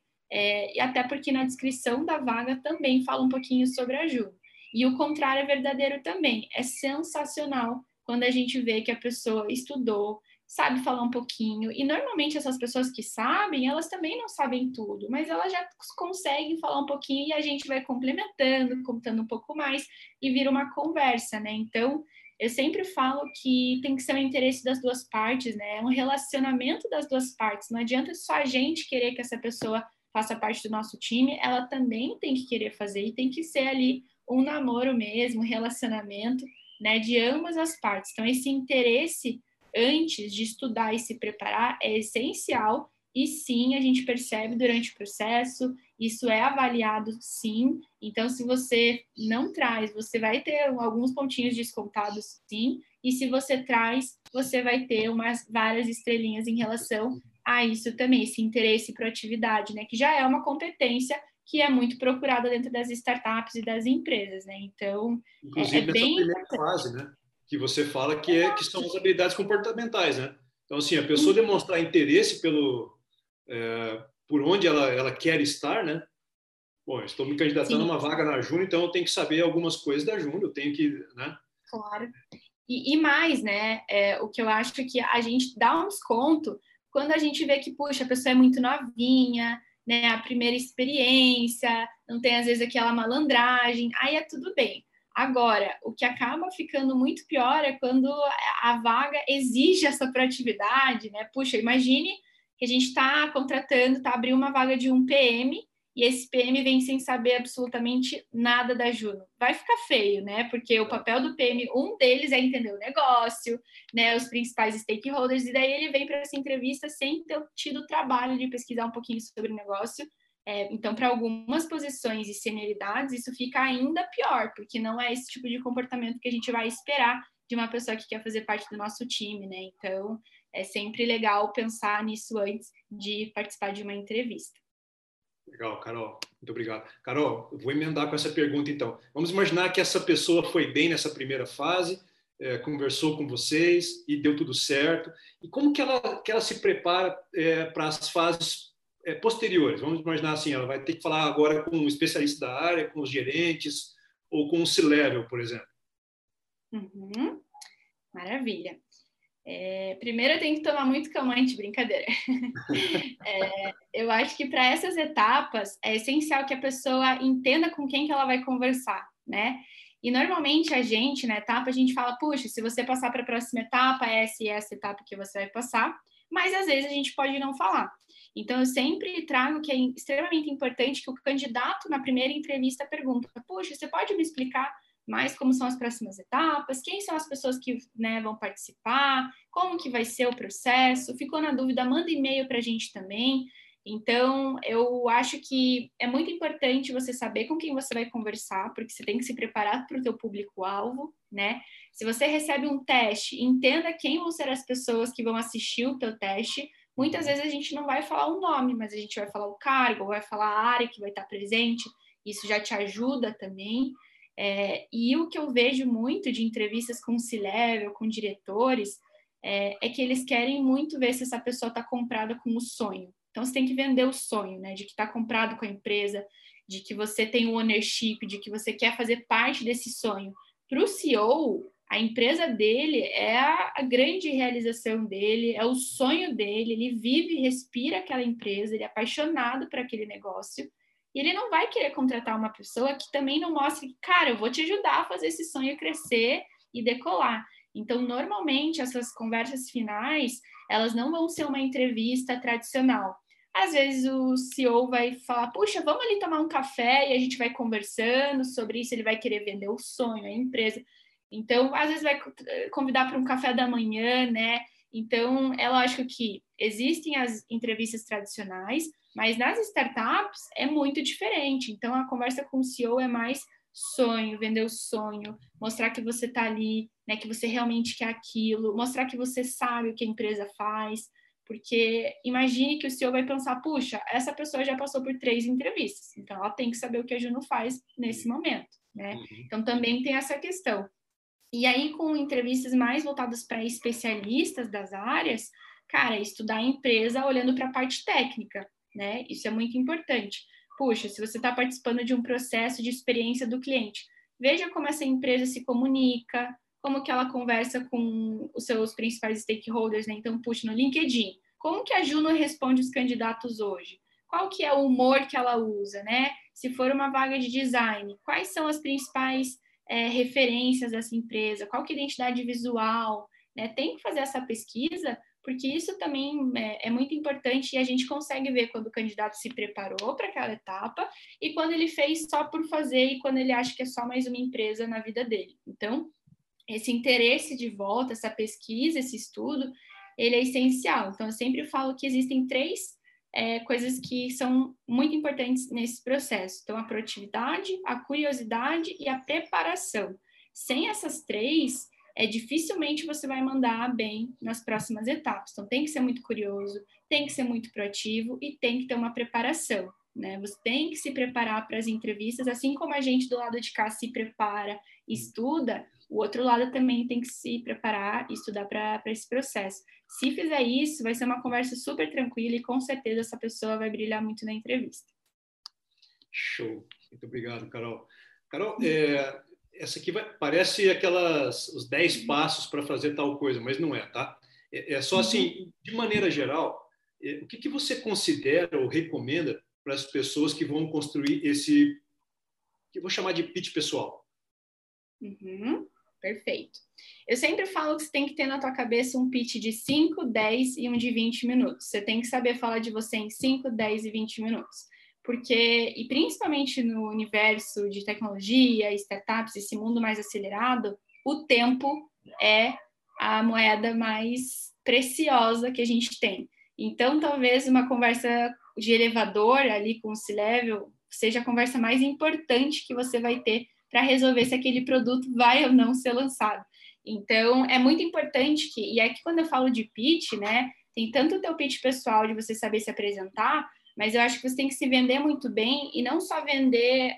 e até porque na descrição da vaga também fala um pouquinho sobre a Juno. E o contrário é verdadeiro também. É sensacional quando a gente vê que a pessoa estudou, sabe falar um pouquinho. E normalmente essas pessoas que sabem, elas também não sabem tudo, mas elas já conseguem falar um pouquinho e a gente vai complementando, contando um pouco mais e vira uma conversa, né? Então, eu sempre falo que tem que ser um interesse das duas partes, né? É um relacionamento das duas partes. Não adianta só a gente querer que essa pessoa faça parte do nosso time, ela também tem que querer fazer e tem que ser ali um namoro mesmo, um relacionamento, né, de ambas as partes. Então, esse interesse antes de estudar e se preparar é essencial e sim, a gente percebe durante o processo, isso é avaliado sim, então se você não traz, você vai ter alguns pontinhos descontados sim, e se você traz, você vai ter várias estrelinhas em relação a isso também, esse interesse e proatividade, né, que já é uma competência que é muito procurada dentro das startups e das empresas, né, então inclusive nessa bem primeira fase, né? Que você fala que são as habilidades comportamentais, né? Então, assim, a pessoa demonstrar interesse por onde ela quer estar, né? Bom, eu estou me candidatando a uma vaga na Juno, então eu tenho que saber algumas coisas da Juno, eu tenho que, né? Claro. E mais, né? O que eu acho que a gente dá um desconto quando a gente vê que, puxa, a pessoa é muito novinha, né? A primeira experiência, não tem às vezes aquela malandragem, aí é tudo bem. Agora, o que acaba ficando muito pior é quando a vaga exige essa proatividade, né? Puxa, imagine que a gente está contratando, está abrindo uma vaga de um PM e esse PM vem sem saber absolutamente nada da Juno. Vai ficar feio, né? Porque o papel do PM, um deles é entender o negócio, né? Os principais stakeholders, e daí ele vem para essa entrevista sem ter tido o trabalho de pesquisar um pouquinho sobre o negócio. Então, para algumas posições e senioridades, isso fica ainda pior, porque não é esse tipo de comportamento que a gente vai esperar de uma pessoa que quer fazer parte do nosso time, né? Então, é sempre legal pensar nisso antes de participar de uma entrevista. Legal, Carol. Muito obrigado. Carol, eu vou emendar com essa pergunta, então. Vamos imaginar que essa pessoa foi bem nessa primeira fase, conversou com vocês e deu tudo certo. E como que ela se prepara para as fases posteriores? Vamos imaginar assim, ela vai ter que falar agora com um especialista da área, com os gerentes ou com o C-Level, por exemplo. Uhum. Maravilha. Primeiro eu tenho que tomar muito calmante, brincadeira. Eu acho que para essas etapas é essencial que a pessoa entenda com quem que ela vai conversar, né? E normalmente a gente, na etapa, a gente fala, puxa, se você passar para a próxima etapa, essa e essa etapa que você vai passar, mas às vezes a gente pode não falar. Então eu sempre trago que é extremamente importante que o candidato na primeira entrevista pergunta, puxa, você pode me explicar mais como são as próximas etapas, quem são as pessoas que, né, vão participar, como que vai ser o processo, ficou na dúvida, manda e-mail para a gente também. Então, eu acho que é muito importante você saber com quem você vai conversar, porque você tem que se preparar para o teu público-alvo, né? Se você recebe um teste, entenda quem vão ser as pessoas que vão assistir o teu teste. Muitas vezes a gente não vai falar o nome, mas a gente vai falar o cargo, vai falar a área que vai estar presente, isso já te ajuda também. E o que eu vejo muito de entrevistas com C-Level, com diretores, é que eles querem muito ver se essa pessoa está comprada com o sonho. Então, você tem que vender o sonho, né? De que está comprado com a empresa, de que você tem o ownership, de que você quer fazer parte desse sonho. Para o CEO, a empresa dele é a grande realização dele, é o sonho dele, ele vive e respira aquela empresa, ele é apaixonado por aquele negócio. E ele não vai querer contratar uma pessoa que também não mostre que, cara, eu vou te ajudar a fazer esse sonho crescer e decolar. Então, normalmente, essas conversas finais, elas não vão ser uma entrevista tradicional. Às vezes o CEO vai falar, puxa, vamos ali tomar um café e a gente vai conversando sobre isso, ele vai querer vender o sonho, a empresa. Então, às vezes vai convidar para um café da manhã, né? Então, é lógico que existem as entrevistas tradicionais, mas nas startups é muito diferente. Então, a conversa com o CEO é mais sonho, vender o sonho, mostrar que você está ali, né, que você realmente quer aquilo, mostrar que você sabe o que a empresa faz, porque imagine que o CEO vai pensar, puxa, essa pessoa já passou por 3 entrevistas, então ela tem que saber o que a Juno faz nesse momento, né? Então também tem essa questão. E aí, com entrevistas mais voltadas para especialistas das áreas, cara, estudar a empresa olhando para a parte técnica, né? Isso é muito importante. Puxa, se você está participando de um processo de experiência do cliente, veja como essa empresa se comunica, como que ela conversa com os seus principais stakeholders, né? Então, puxa, no LinkedIn, como que a Juno responde os candidatos hoje? Qual que é o humor que ela usa, né? Se for uma vaga de design, quais são as principais referências dessa empresa? Qual que é a identidade visual? Né? Tem que fazer essa pesquisa, porque isso também é muito importante e a gente consegue ver quando o candidato se preparou para aquela etapa e quando ele fez só por fazer e quando ele acha que é só mais uma empresa na vida dele. Então, esse interesse de volta, essa pesquisa, esse estudo, ele é essencial. Então, eu sempre falo que existem 3 coisas que são muito importantes nesse processo. Então, a proatividade, a curiosidade e a preparação. Sem essas 3, dificilmente você vai mandar bem nas próximas etapas. Então, tem que ser muito curioso, tem que ser muito proativo e tem que ter uma preparação. Né? Você tem que se preparar para as entrevistas, assim como a gente do lado de cá se prepara, estuda, o outro lado também tem que se preparar e estudar para esse processo. Se fizer isso, vai ser uma conversa super tranquila e com certeza essa pessoa vai brilhar muito na entrevista. Show. Muito obrigado, Carol. Carol, essa aqui parece os 10 passos para fazer tal coisa, mas não é, tá? É só assim, de maneira geral, o que você considera ou recomenda para as pessoas que vão construir esse, que eu vou chamar de pitch pessoal? Uhum, perfeito. Eu sempre falo que você tem que ter na tua cabeça um pitch de 5, 10 e um de 20 minutos. Você tem que saber falar de você em 5, 10 e 20 minutos. Porque, e principalmente no universo de tecnologia, startups, esse mundo mais acelerado, o tempo é a moeda mais preciosa que a gente tem. Então, talvez uma conversa de elevador ali com o C-Level seja a conversa mais importante que você vai ter para resolver se aquele produto vai ou não ser lançado. Então, é muito importante que, e aqui quando eu falo de pitch, né, tem tanto o teu pitch pessoal de você saber se apresentar, mas eu acho que você tem que se vender muito bem e não só vender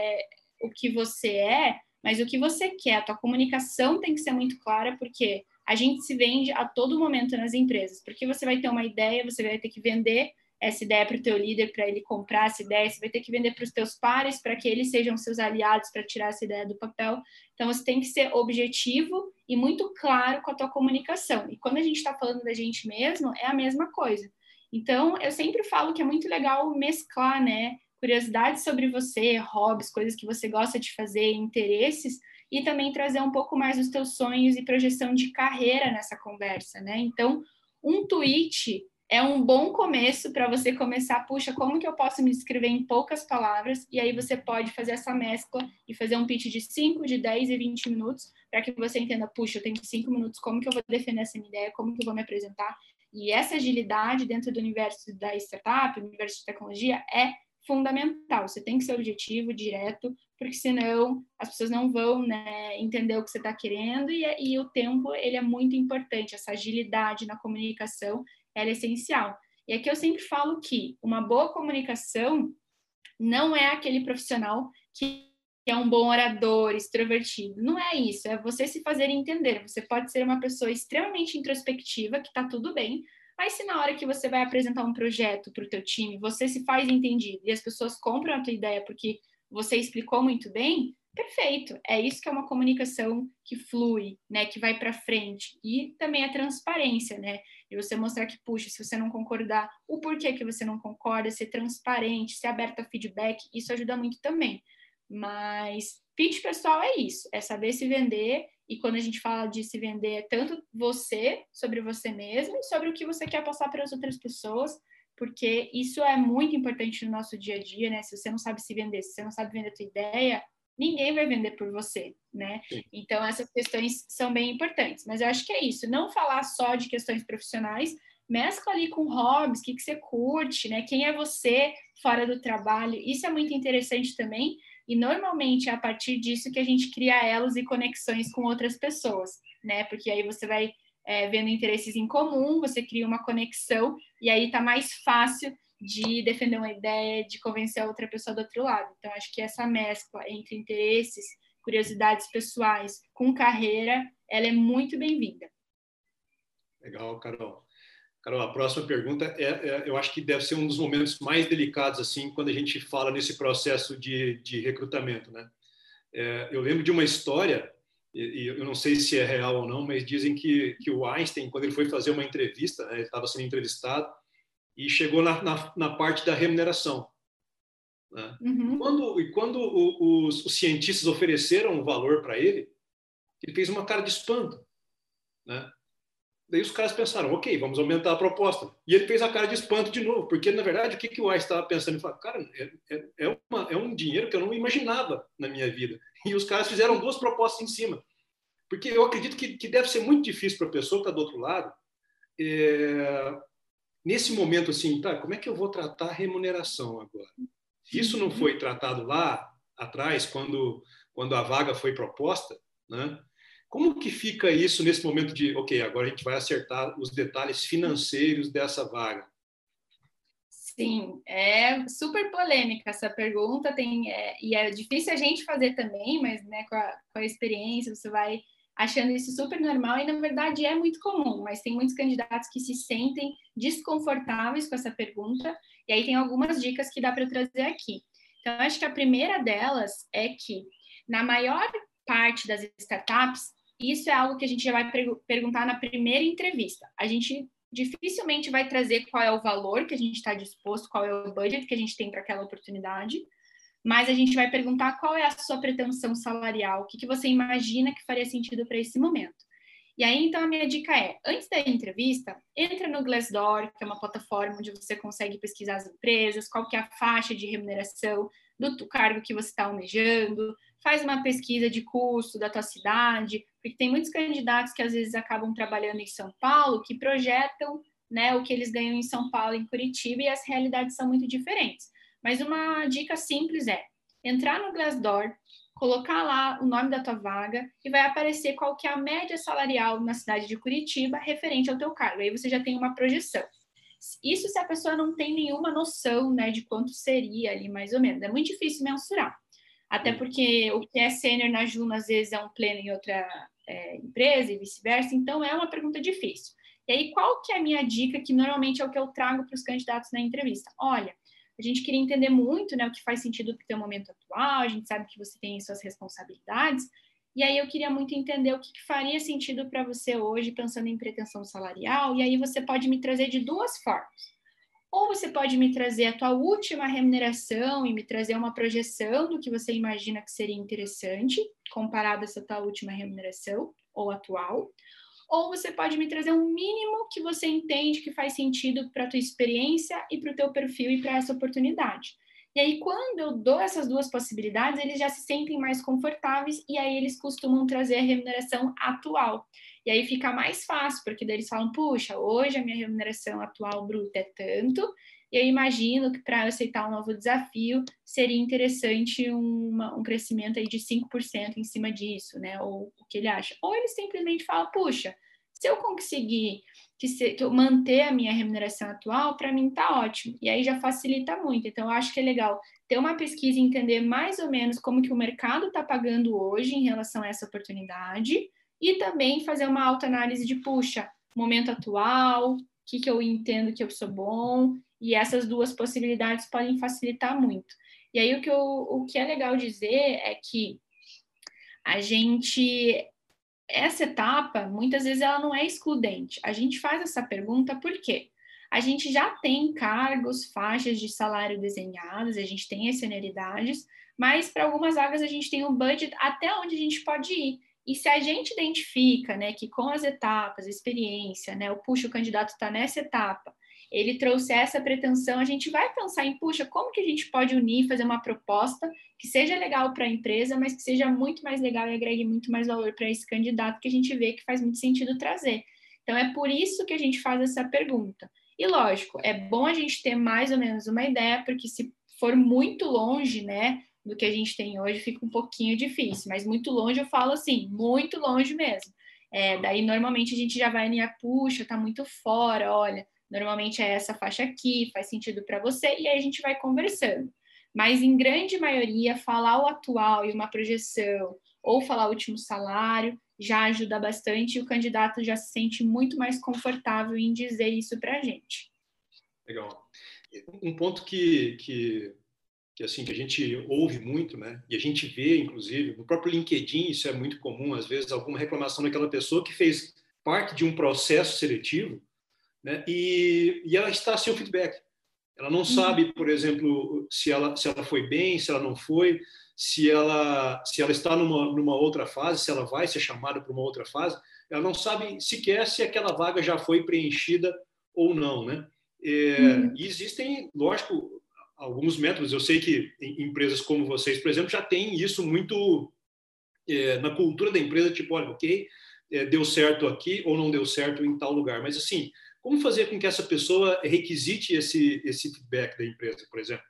o que você é, mas o que você quer. A tua comunicação tem que ser muito clara, porque a gente se vende a todo momento nas empresas, porque você vai ter uma ideia, você vai ter que vender essa ideia para o teu líder, para ele comprar essa ideia, você vai ter que vender para os teus pares, para que eles sejam seus aliados, para tirar essa ideia do papel. Então, você tem que ser objetivo e muito claro com a tua comunicação. E quando a gente está falando da gente mesmo, é a mesma coisa. Então, eu sempre falo que é muito legal mesclar, né? Curiosidades sobre você, hobbies, coisas que você gosta de fazer, interesses, e também trazer um pouco mais os teus sonhos e projeção de carreira nessa conversa, né? Então, um tweet é um bom começo para você começar, puxa, como que eu posso me descrever em poucas palavras? E aí você pode fazer essa mescla e fazer um pitch de 5, de 10 e 20 minutos, para que você entenda, puxa, eu tenho 5 minutos, como que eu vou defender essa minha ideia, como que eu vou me apresentar? E essa agilidade dentro do universo da startup, do universo de tecnologia, é fundamental. Você tem que ser objetivo, direto, porque senão as pessoas não vão, né, entender o que você está querendo, e o tempo ele é muito importante, essa agilidade na comunicação ela é essencial. E aqui eu sempre falo que uma boa comunicação não é aquele profissional que é um bom orador, extrovertido. Não é isso, é você se fazer entender. Você pode ser uma pessoa extremamente introspectiva, que está tudo bem, mas se na hora que você vai apresentar um projeto para o teu time, você se faz entendido e as pessoas compram a tua ideia porque você explicou muito bem, perfeito. É isso que é uma comunicação que flui, né, que vai para frente. E também a transparência, né? E você mostrar que, puxa, se você não concordar, o porquê que você não concorda, ser transparente, ser aberto a feedback, isso ajuda muito também. Mas pitch pessoal é isso, é saber se vender, e quando a gente fala de se vender, é tanto você, sobre você mesmo, e sobre o que você quer passar para as outras pessoas, porque isso é muito importante no nosso dia a dia, né? Se você não sabe se vender, se você não sabe vender a tua ideia, ninguém vai vender por você, né? Sim. Então, essas questões são bem importantes. Mas eu acho que é isso, não falar só de questões profissionais, mescla ali com hobbies, o que você curte, né? Quem é você fora do trabalho, isso é muito interessante também, e normalmente é a partir disso que a gente cria elos e conexões com outras pessoas, né? Porque aí você vai vendo interesses em comum, você cria uma conexão, e aí tá mais fácil de defender uma ideia, de convencer a outra pessoa do outro lado. Então, acho que essa mescla entre interesses, curiosidades pessoais com carreira, ela é muito bem-vinda. Legal, Carol. Carol, a próxima pergunta eu acho que deve ser um dos momentos mais delicados, assim, quando a gente fala nesse processo de recrutamento, né? Eu lembro de uma história, e eu não sei se é real ou não, mas dizem que o Einstein, quando ele foi fazer uma entrevista, né, ele estava sendo entrevistado, e chegou na parte da remuneração. Né? Uhum. Quando os cientistas ofereceram um valor para ele fez uma cara de espanto. Né? Daí os caras pensaram, ok, vamos aumentar a proposta. E ele fez a cara de espanto de novo, porque, na verdade, o que o Einstein estava pensando? Ele falou, cara, é um dinheiro que eu não imaginava na minha vida. E os caras fizeram 2 propostas em cima. Porque eu acredito que deve ser muito difícil para a pessoa que está do outro lado, nesse momento, assim, tá, como é que eu vou tratar a remuneração agora? Isso não foi tratado lá atrás, quando a vaga foi proposta, né? Como que fica isso nesse momento de, ok, agora a gente vai acertar os detalhes financeiros dessa vaga? Sim, é super polêmica essa pergunta, e é difícil a gente fazer também, mas né, com a experiência você vai achando isso super normal, e na verdade é muito comum, mas tem muitos candidatos que se sentem desconfortáveis com essa pergunta, e aí tem algumas dicas que dá para eu trazer aqui. Então, eu acho que a primeira delas é que, na maior parte das startups, isso é algo que a gente já vai perguntar na primeira entrevista. A gente dificilmente vai trazer qual é o valor que a gente está disposto, qual é o budget que a gente tem para aquela oportunidade, mas a gente vai perguntar qual é a sua pretensão salarial, o que você imagina que faria sentido para esse momento. E aí, então, a minha dica é, antes da entrevista, entra no Glassdoor, que é uma plataforma onde você consegue pesquisar as empresas, qual que é a faixa de remuneração do cargo que você está almejando, faz uma pesquisa de custo da tua cidade, porque tem muitos candidatos que às vezes acabam trabalhando em São Paulo, que projetam, né, o que eles ganham em São Paulo, em Curitiba, e as realidades são muito diferentes. Mas uma dica simples é entrar no Glassdoor, colocar lá o nome da tua vaga e vai aparecer qual que é a média salarial na cidade de Curitiba referente ao teu cargo. Aí você já tem uma projeção. Isso se a pessoa não tem nenhuma noção, né, de quanto seria ali mais ou menos. É muito difícil mensurar. Até porque o que é sênior na Juno às vezes é um pleno em outra empresa e vice-versa. Então é uma pergunta difícil. E aí qual que é a minha dica, que normalmente é o que eu trago para os candidatos na entrevista? Olha, a gente queria entender muito, né, o que faz sentido para o teu momento atual, a gente sabe que você tem suas responsabilidades, e aí eu queria muito entender o que faria sentido para você hoje, pensando em pretensão salarial, e aí você pode me trazer de duas formas. Ou você pode me trazer a tua última remuneração e me trazer uma projeção do que você imagina que seria interessante, comparado a essa tua última remuneração, ou atual. Ou você pode me trazer um mínimo que você entende que faz sentido para a tua experiência e para o teu perfil e para essa oportunidade. E aí, quando eu dou essas duas possibilidades, eles já se sentem mais confortáveis e aí eles costumam trazer a remuneração atual. E aí fica mais fácil, porque daí eles falam, puxa, hoje a minha remuneração atual bruta é tanto, e eu imagino que para eu aceitar um novo desafio, seria interessante um crescimento aí de 5% em cima disso, né? Ou o que ele acha. Ou ele simplesmente fala, puxa, se eu conseguir que eu manter a minha remuneração atual, para mim tá ótimo. E aí já facilita muito. Então, eu acho que é legal ter uma pesquisa e entender mais ou menos como que o mercado está pagando hoje em relação a essa oportunidade e também fazer uma autoanálise de, puxa, momento atual, o que eu entendo que eu sou bom, e essas duas possibilidades podem facilitar muito. E aí o que é legal dizer é que essa etapa, muitas vezes ela não é excludente. A gente faz essa pergunta por quê? A gente já tem cargos, faixas de salário desenhadas, a gente tem as senioridades, mas para algumas vagas a gente tem um budget até onde a gente pode ir. E se a gente identifica, né, que com as etapas, a experiência, né, o candidato está nessa etapa, ele trouxe essa pretensão, a gente vai pensar em, puxa, como que a gente pode unir, fazer uma proposta que seja legal para a empresa, mas que seja muito mais legal e agregue muito mais valor para esse candidato, que a gente vê que faz muito sentido trazer. Então, é por isso que a gente faz essa pergunta. E, lógico, é bom a gente ter mais ou menos uma ideia, porque se for muito longe, né, do que a gente tem hoje, fica um pouquinho difícil. Mas muito longe, eu falo assim, muito longe mesmo. Daí, normalmente, a gente já vai alinhar, puxa, tá muito fora, olha, normalmente é essa faixa aqui, faz sentido para você, e aí a gente vai conversando. Mas, em grande maioria, falar o atual e uma projeção, ou falar o último salário, já ajuda bastante e o candidato já se sente muito mais confortável em dizer isso para a gente. Legal. Um ponto que assim, que a gente ouve muito, né? E a gente vê, inclusive, no próprio LinkedIn, isso é muito comum, às vezes, alguma reclamação daquela pessoa que fez parte de um processo seletivo, né? E ela está sem o feedback. Ela não sabe, por exemplo, se ela foi bem, se ela não foi, se ela está numa outra fase, se ela vai ser chamada para uma outra fase. Ela não sabe sequer se aquela vaga já foi preenchida ou não, né? E existem, lógico, alguns métodos. Eu sei que empresas como vocês, por exemplo, já têm isso muito na cultura da empresa, tipo, olha, ok, deu certo aqui ou não deu certo em tal lugar. Mas, assim, como fazer com que essa pessoa requisite esse feedback da empresa, por exemplo?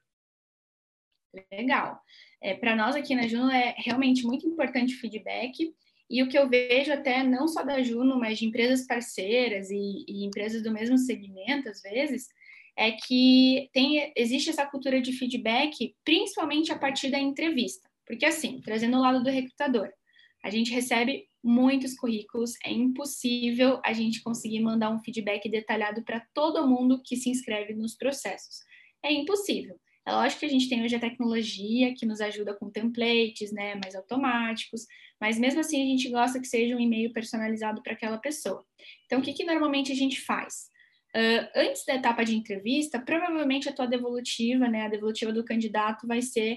Legal. Para nós aqui na Juno é realmente muito importante o feedback, e o que eu vejo até não só da Juno, mas de empresas parceiras e empresas do mesmo segmento, às vezes, é que existe essa cultura de feedback, principalmente a partir da entrevista. Porque, assim, trazendo o lado do recrutador, a gente recebe muitos currículos, é impossível a gente conseguir mandar um feedback detalhado para todo mundo que se inscreve nos processos. É impossível. É lógico que a gente tem hoje a tecnologia que nos ajuda com templates, né, mais automáticos, mas mesmo assim a gente gosta que seja um e-mail personalizado para aquela pessoa. Então, o que normalmente a gente faz? Antes da etapa de entrevista, provavelmente a tua devolutiva, né, a devolutiva do candidato vai ser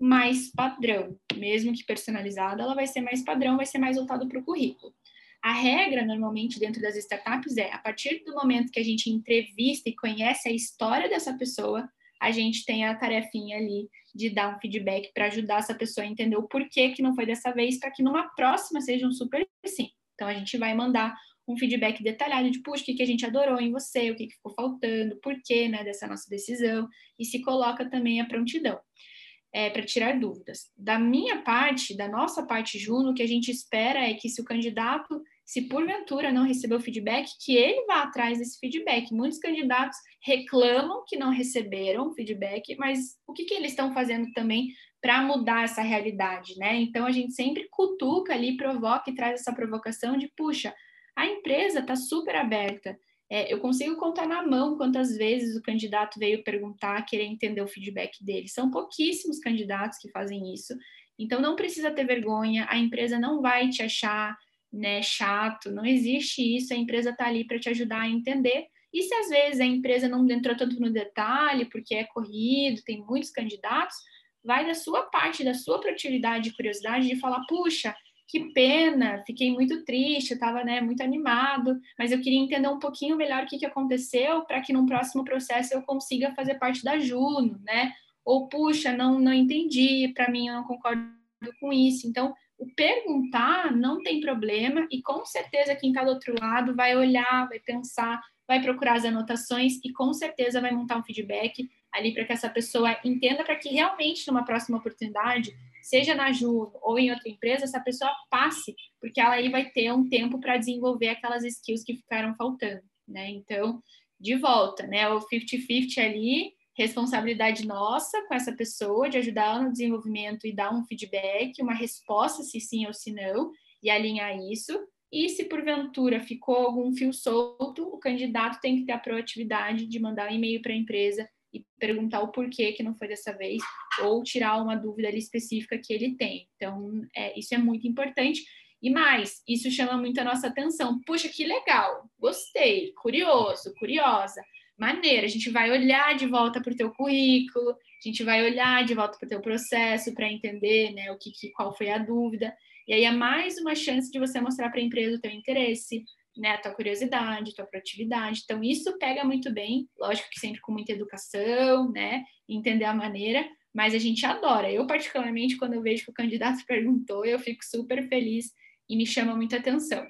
mais padrão. Mesmo que personalizada, ela vai ser mais padrão, vai ser mais voltada para o currículo. A regra, normalmente, dentro das startups a partir do momento que a gente entrevista e conhece a história dessa pessoa, a gente tem a tarefinha ali de dar um feedback para ajudar essa pessoa a entender o porquê que não foi dessa vez, para que numa próxima seja um super sim. Então, a gente vai mandar um feedback detalhado de, puxa, o que a gente adorou em você, o que ficou faltando, por quê, né, dessa nossa decisão, e se coloca também a prontidão. Para tirar dúvidas. Da minha parte, da nossa parte, Juno, o que a gente espera é que se o candidato, se porventura não recebeu feedback, que ele vá atrás desse feedback. Muitos candidatos reclamam que não receberam feedback, mas o que eles estão fazendo também para mudar essa realidade, né? Então, a gente sempre cutuca ali, provoca e traz essa provocação de, puxa, a empresa está super aberta. Eu consigo contar na mão quantas vezes o candidato veio perguntar, querer entender o feedback dele. São pouquíssimos candidatos que fazem isso. Então, não precisa ter vergonha, a empresa não vai te achar, né, chato, não existe isso, a empresa está ali para te ajudar a entender. E se às vezes a empresa não entrou tanto no detalhe, porque é corrido, tem muitos candidatos, vai da sua parte, da sua proatividade e curiosidade de falar, puxa, que pena, fiquei muito triste, estava, né, muito animado, mas eu queria entender um pouquinho melhor o que aconteceu para que num próximo processo eu consiga fazer parte da Juno, né? Ou, puxa, não entendi, para mim eu não concordo com isso. Então, o perguntar não tem problema e com certeza quem está do outro lado vai olhar, vai pensar, vai procurar as anotações e com certeza vai montar um feedback ali para que essa pessoa entenda para que realmente numa próxima oportunidade seja na Juno ou em outra empresa, essa pessoa passe, porque ela aí vai ter um tempo para desenvolver aquelas skills que ficaram faltando, né? Então, de volta, né? O 50-50 ali, responsabilidade nossa com essa pessoa, de ajudar ela no desenvolvimento e dar um feedback, uma resposta se sim ou se não, e alinhar isso. E se porventura ficou algum fio solto, o candidato tem que ter a proatividade de mandar um e-mail para a empresa e perguntar o porquê que não foi dessa vez, ou tirar uma dúvida ali específica que ele tem. Então, isso é muito importante. E mais, isso chama muito a nossa atenção. Puxa, que legal, gostei, curioso, curiosa, maneira. A gente vai olhar de volta para o teu currículo, a gente vai olhar de volta para o teu processo para entender, né, qual foi a dúvida. E aí é mais uma chance de você mostrar para a empresa o teu interesse, né, a tua curiosidade, a tua proatividade. Então, isso pega muito bem, lógico que sempre com muita educação, né, entender a maneira, mas a gente adora. Eu, particularmente, quando eu vejo que o candidato perguntou, eu fico super feliz e me chama muita atenção.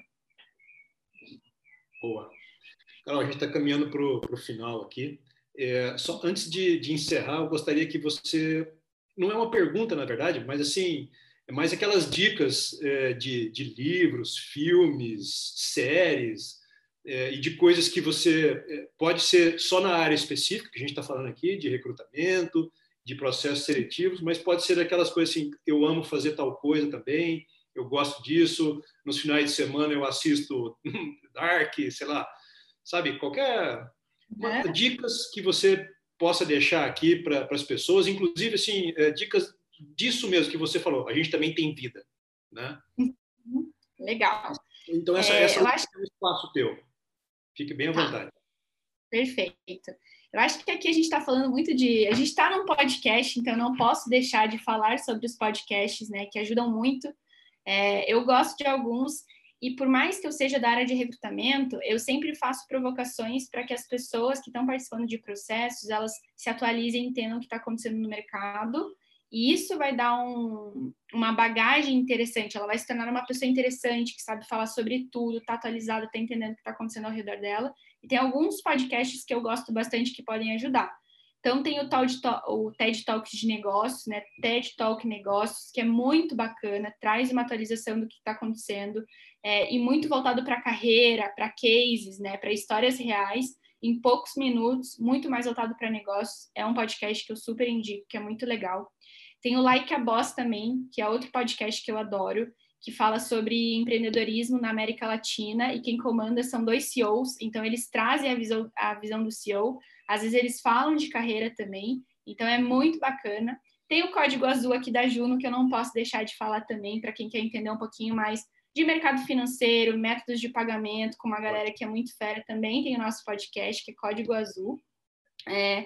Boa. Carol, a gente está caminhando para o final aqui. Só antes de encerrar, eu gostaria que você... Não é uma pergunta, na verdade, mas assim... É mais aquelas dicas de livros, filmes, séries e de coisas que você pode ser só na área específica, que a gente está falando aqui, de recrutamento, de processos seletivos, mas pode ser aquelas coisas assim, eu amo fazer tal coisa também, eu gosto disso, nos finais de semana eu assisto Dark, sei lá, sabe, qualquer... Dicas que você possa deixar aqui para as pessoas, inclusive assim, dicas disso mesmo que você falou, a gente também tem vida, né? Legal. Então, essa é o espaço teu. Fique bem à vontade. Perfeito. Eu acho que aqui a gente está falando muito de... A gente está num podcast, então eu não posso deixar de falar sobre os podcasts, né, que ajudam muito. Eu gosto de alguns, e por mais que eu seja da área de recrutamento, eu sempre faço provocações para que as pessoas que estão participando de processos, elas se atualizem e entendam o que está acontecendo no mercado. E isso vai dar uma bagagem interessante, ela vai se tornar uma pessoa interessante, que sabe falar sobre tudo, está atualizada, está entendendo o que está acontecendo ao redor dela. E tem alguns podcasts que eu gosto bastante que podem ajudar. Então, tem o TED Talks de negócios, né? TED Talk Negócios, que é muito bacana, traz uma atualização do que está acontecendo, e muito voltado para a carreira, para cases, né? Para histórias reais, em poucos minutos, muito mais voltado para negócios. É um podcast que eu super indico, que é muito legal. Tem o Like a Boss também, que é outro podcast que eu adoro, que fala sobre empreendedorismo na América Latina, e quem comanda são 2 CEOs, então eles trazem a visão do CEO, às vezes eles falam de carreira também, então é muito bacana. Tem o Código Azul aqui da Juno, que eu não posso deixar de falar também, para quem quer entender um pouquinho mais de mercado financeiro, métodos de pagamento, com uma galera que é muito fera também, tem o nosso podcast, que é Código Azul.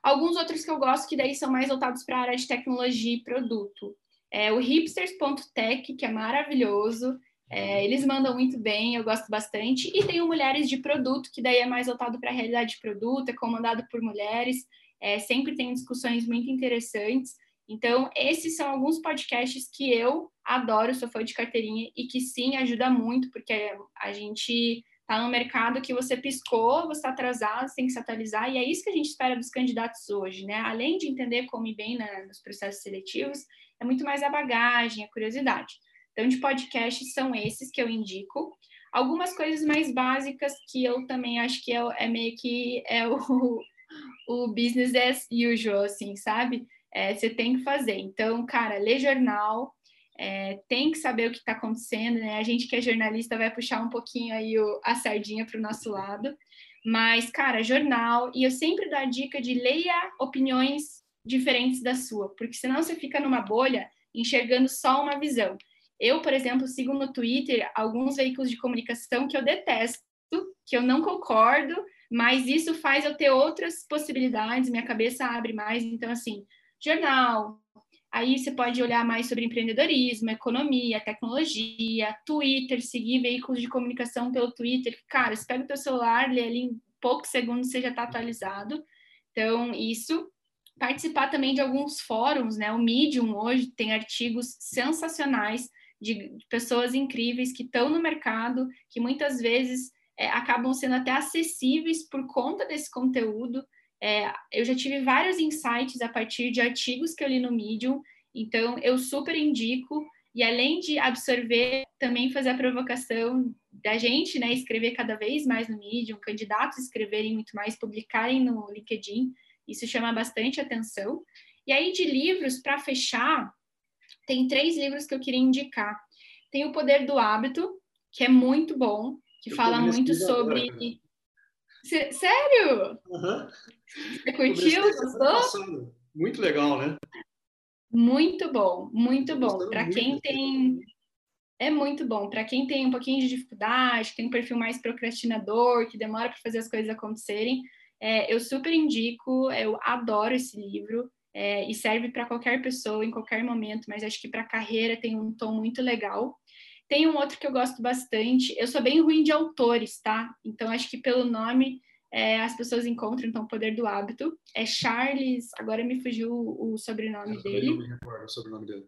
Alguns outros que eu gosto, que daí são mais voltados para a área de tecnologia e produto. O hipsters.tech, que é maravilhoso. Eles mandam muito bem, eu gosto bastante. E tem o Mulheres de Produto, que daí é mais voltado para a realidade de produto, é comandado por mulheres. Sempre tem discussões muito interessantes. Então, esses são alguns podcasts que eu adoro, sou fã de carteirinha, e que sim, ajuda muito, porque a gente está no mercado que você piscou, você está atrasado, você tem que se atualizar, e é isso que a gente espera dos candidatos hoje, né? Além de entender como ir bem nos processos seletivos, é muito mais a bagagem, a curiosidade. Então, de podcasts são esses que eu indico. Algumas coisas mais básicas que eu também acho que meio que o business as usual, assim, sabe? Você tem que fazer. Então, cara, lê jornal, tem que saber o que está acontecendo, né? A gente que é jornalista vai puxar um pouquinho aí a sardinha para o nosso lado. Mas, cara, jornal, e eu sempre dou a dica de leia opiniões diferentes da sua, porque senão você fica numa bolha enxergando só uma visão. Eu, por exemplo, sigo no Twitter alguns veículos de comunicação que eu detesto, que eu não concordo, mas isso faz eu ter outras possibilidades, minha cabeça abre mais. Então, assim, jornal, aí você pode olhar mais sobre empreendedorismo, economia, tecnologia, Twitter, seguir veículos de comunicação pelo Twitter. Cara, você pega o teu celular, lê ali em poucos segundos, você já está atualizado. Então, isso. Participar também de alguns fóruns, né? O Medium hoje tem artigos sensacionais de pessoas incríveis que estão no mercado, que muitas vezes acabam sendo até acessíveis por conta desse conteúdo. Eu já tive vários insights a partir de artigos que eu li no Medium, então eu super indico, e além de absorver, também fazer a provocação da gente, né, escrever cada vez mais no Medium, candidatos escreverem muito mais, publicarem no LinkedIn, isso chama bastante atenção. E aí, de livros, para fechar, tem 3 livros que eu queria indicar. Tem O Poder do Hábito, que é muito bom, que fala muito sobre... Sério? Uhum. Você curtiu? Gostou? Muito legal, né? Muito bom, muito bom. Para quem tem... É muito bom. Para quem tem um pouquinho de dificuldade, tem um perfil mais procrastinador, que demora para fazer as coisas acontecerem, eu super indico, eu adoro esse livro, e serve para qualquer pessoa, em qualquer momento, mas acho que para a carreira tem um tom muito legal. Tem um outro que eu gosto bastante, eu sou bem ruim de autores, tá? Então acho que pelo nome as pessoas encontram, então, O Poder do Hábito. É Charles, agora me fugiu o sobrenome dele. Não me recordo o sobrenome dele.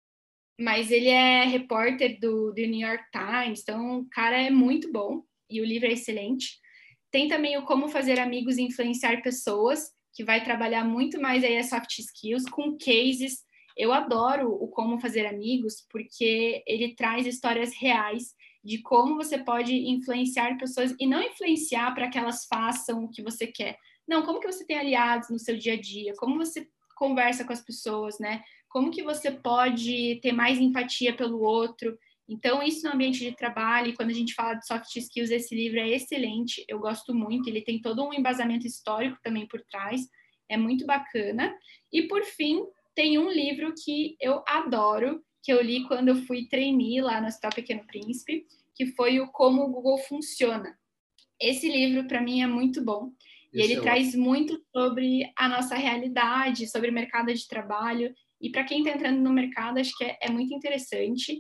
Mas ele é repórter do New York Times, então o cara é muito bom e o livro é excelente. Tem também o Como Fazer Amigos e Influenciar Pessoas, que vai trabalhar muito mais aí as soft skills com cases. Eu adoro o Como Fazer Amigos porque ele traz histórias reais de como você pode influenciar pessoas e não influenciar para que elas façam o que você quer. Não, como que você tem aliados no seu dia a dia, como você conversa com as pessoas, né? Como que você pode ter mais empatia pelo outro. Então, isso no ambiente de trabalho, e quando a gente fala de soft skills, esse livro é excelente, eu gosto muito, ele tem todo um embasamento histórico também por trás, é muito bacana. E, por fim, tem um livro que eu adoro, que eu li quando eu fui trainee lá no Hospital Pequeno Príncipe, que foi o Como o Google Funciona. Esse livro, para mim, é muito bom, e ele traz muito sobre a nossa realidade, sobre o mercado de trabalho. E para quem está entrando no mercado, acho que é muito interessante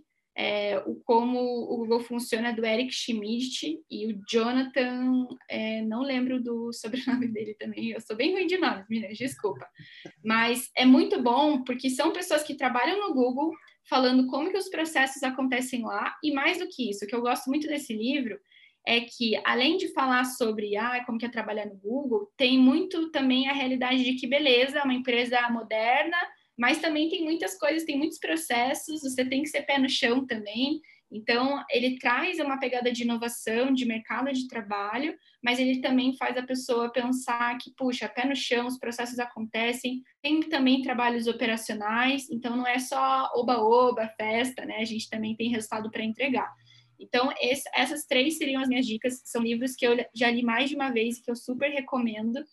como o Google funciona, do Eric Schmidt e o Jonathan, não lembro do sobrenome dele também, eu sou bem ruim de nome, meninas, desculpa. Mas é muito bom, porque são pessoas que trabalham no Google, falando como que os processos acontecem lá, e mais do que isso, o que eu gosto muito desse livro é que, além de falar sobre como que é trabalhar no Google, tem muito também a realidade de que, beleza, é uma empresa moderna, mas também tem muitas coisas, tem muitos processos, você tem que ser pé no chão também. Então, ele traz uma pegada de inovação, de mercado de trabalho, mas ele também faz a pessoa pensar que, puxa, pé no chão, os processos acontecem, tem também trabalhos operacionais, então não é só oba-oba, festa, né? A gente também tem resultado para entregar. Então, essas 3 seriam as minhas dicas, são livros que eu já li mais de uma vez, que eu super recomendo.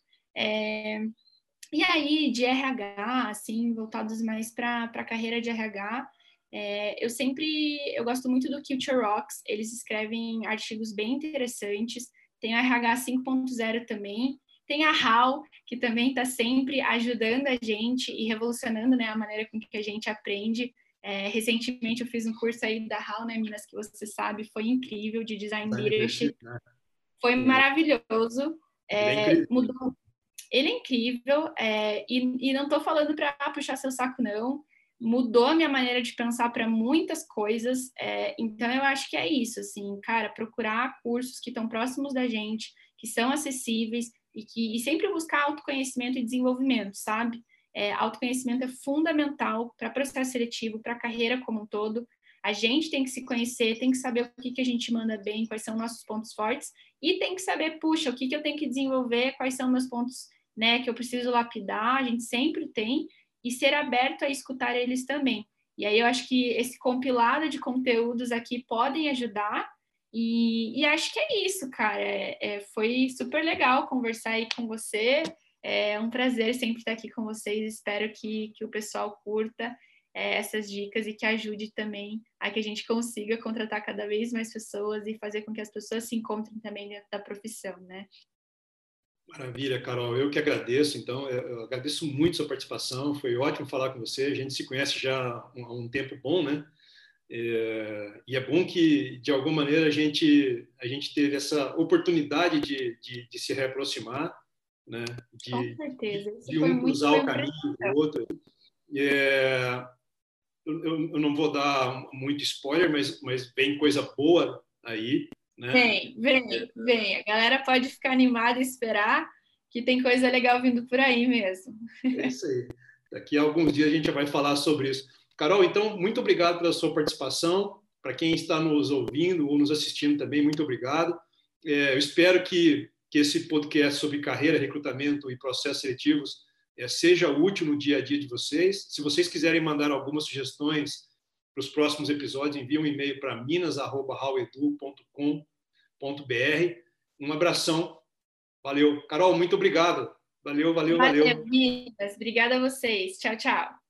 E aí, de RH, assim, voltados mais para a carreira de RH, eu gosto muito do Culture Rocks, eles escrevem artigos bem interessantes, tem o RH 5.0 também, Tem a HAL, que também está sempre ajudando a gente e revolucionando, né, a maneira com que a gente aprende. Recentemente eu fiz um curso aí da HAL, né, Minas, que você sabe, foi incrível, de Design Leadership. Foi maravilhoso. Mudou. Ele é incrível, e não estou falando para puxar seu saco, não. Mudou a minha maneira de pensar para muitas coisas. Então, eu acho que é isso, assim, cara, procurar cursos que estão próximos da gente, que são acessíveis e sempre buscar autoconhecimento e desenvolvimento, sabe? Autoconhecimento é fundamental para processo seletivo, para a carreira como um todo. A gente tem que se conhecer, tem que saber o que a gente manda bem, quais são nossos pontos fortes, e tem que saber, puxa, o que eu tenho que desenvolver, quais são meus pontos, né, que eu preciso lapidar, a gente sempre tem, e ser aberto a escutar eles também. E aí eu acho que esse compilado de conteúdos aqui podem ajudar, e acho que é isso, cara. Foi super legal conversar aí com você, é um prazer sempre estar aqui com vocês, espero que o pessoal curta essas dicas e que ajude também a que a gente consiga contratar cada vez mais pessoas e fazer com que as pessoas se encontrem também dentro da profissão, né? Maravilha, Carol. Eu que agradeço, então, eu agradeço muito a sua participação, foi ótimo falar com você, a gente se conhece já há um tempo bom, né? E é bom que, de alguma maneira, a gente teve essa oportunidade de se reaproximar, né? Com certeza. De um cruzar o caminho do outro. Eu não vou dar muito spoiler, mas vem coisa boa aí, né? Vem. A galera pode ficar animada e esperar que tem coisa legal vindo por aí mesmo. É isso aí. Daqui a alguns dias a gente já vai falar sobre isso. Carol, então, muito obrigado pela sua participação. Para quem está nos ouvindo ou nos assistindo também, muito obrigado. Eu espero que esse podcast sobre carreira, recrutamento e processos seletivos seja útil no dia a dia de vocês. Se vocês quiserem mandar algumas sugestões para os próximos episódios, envie um e-mail para minas@haledu.com.br. Um abração. Valeu. Carol, muito obrigado. Valeu. Valeu, Minas. Obrigada a vocês. Tchau, tchau.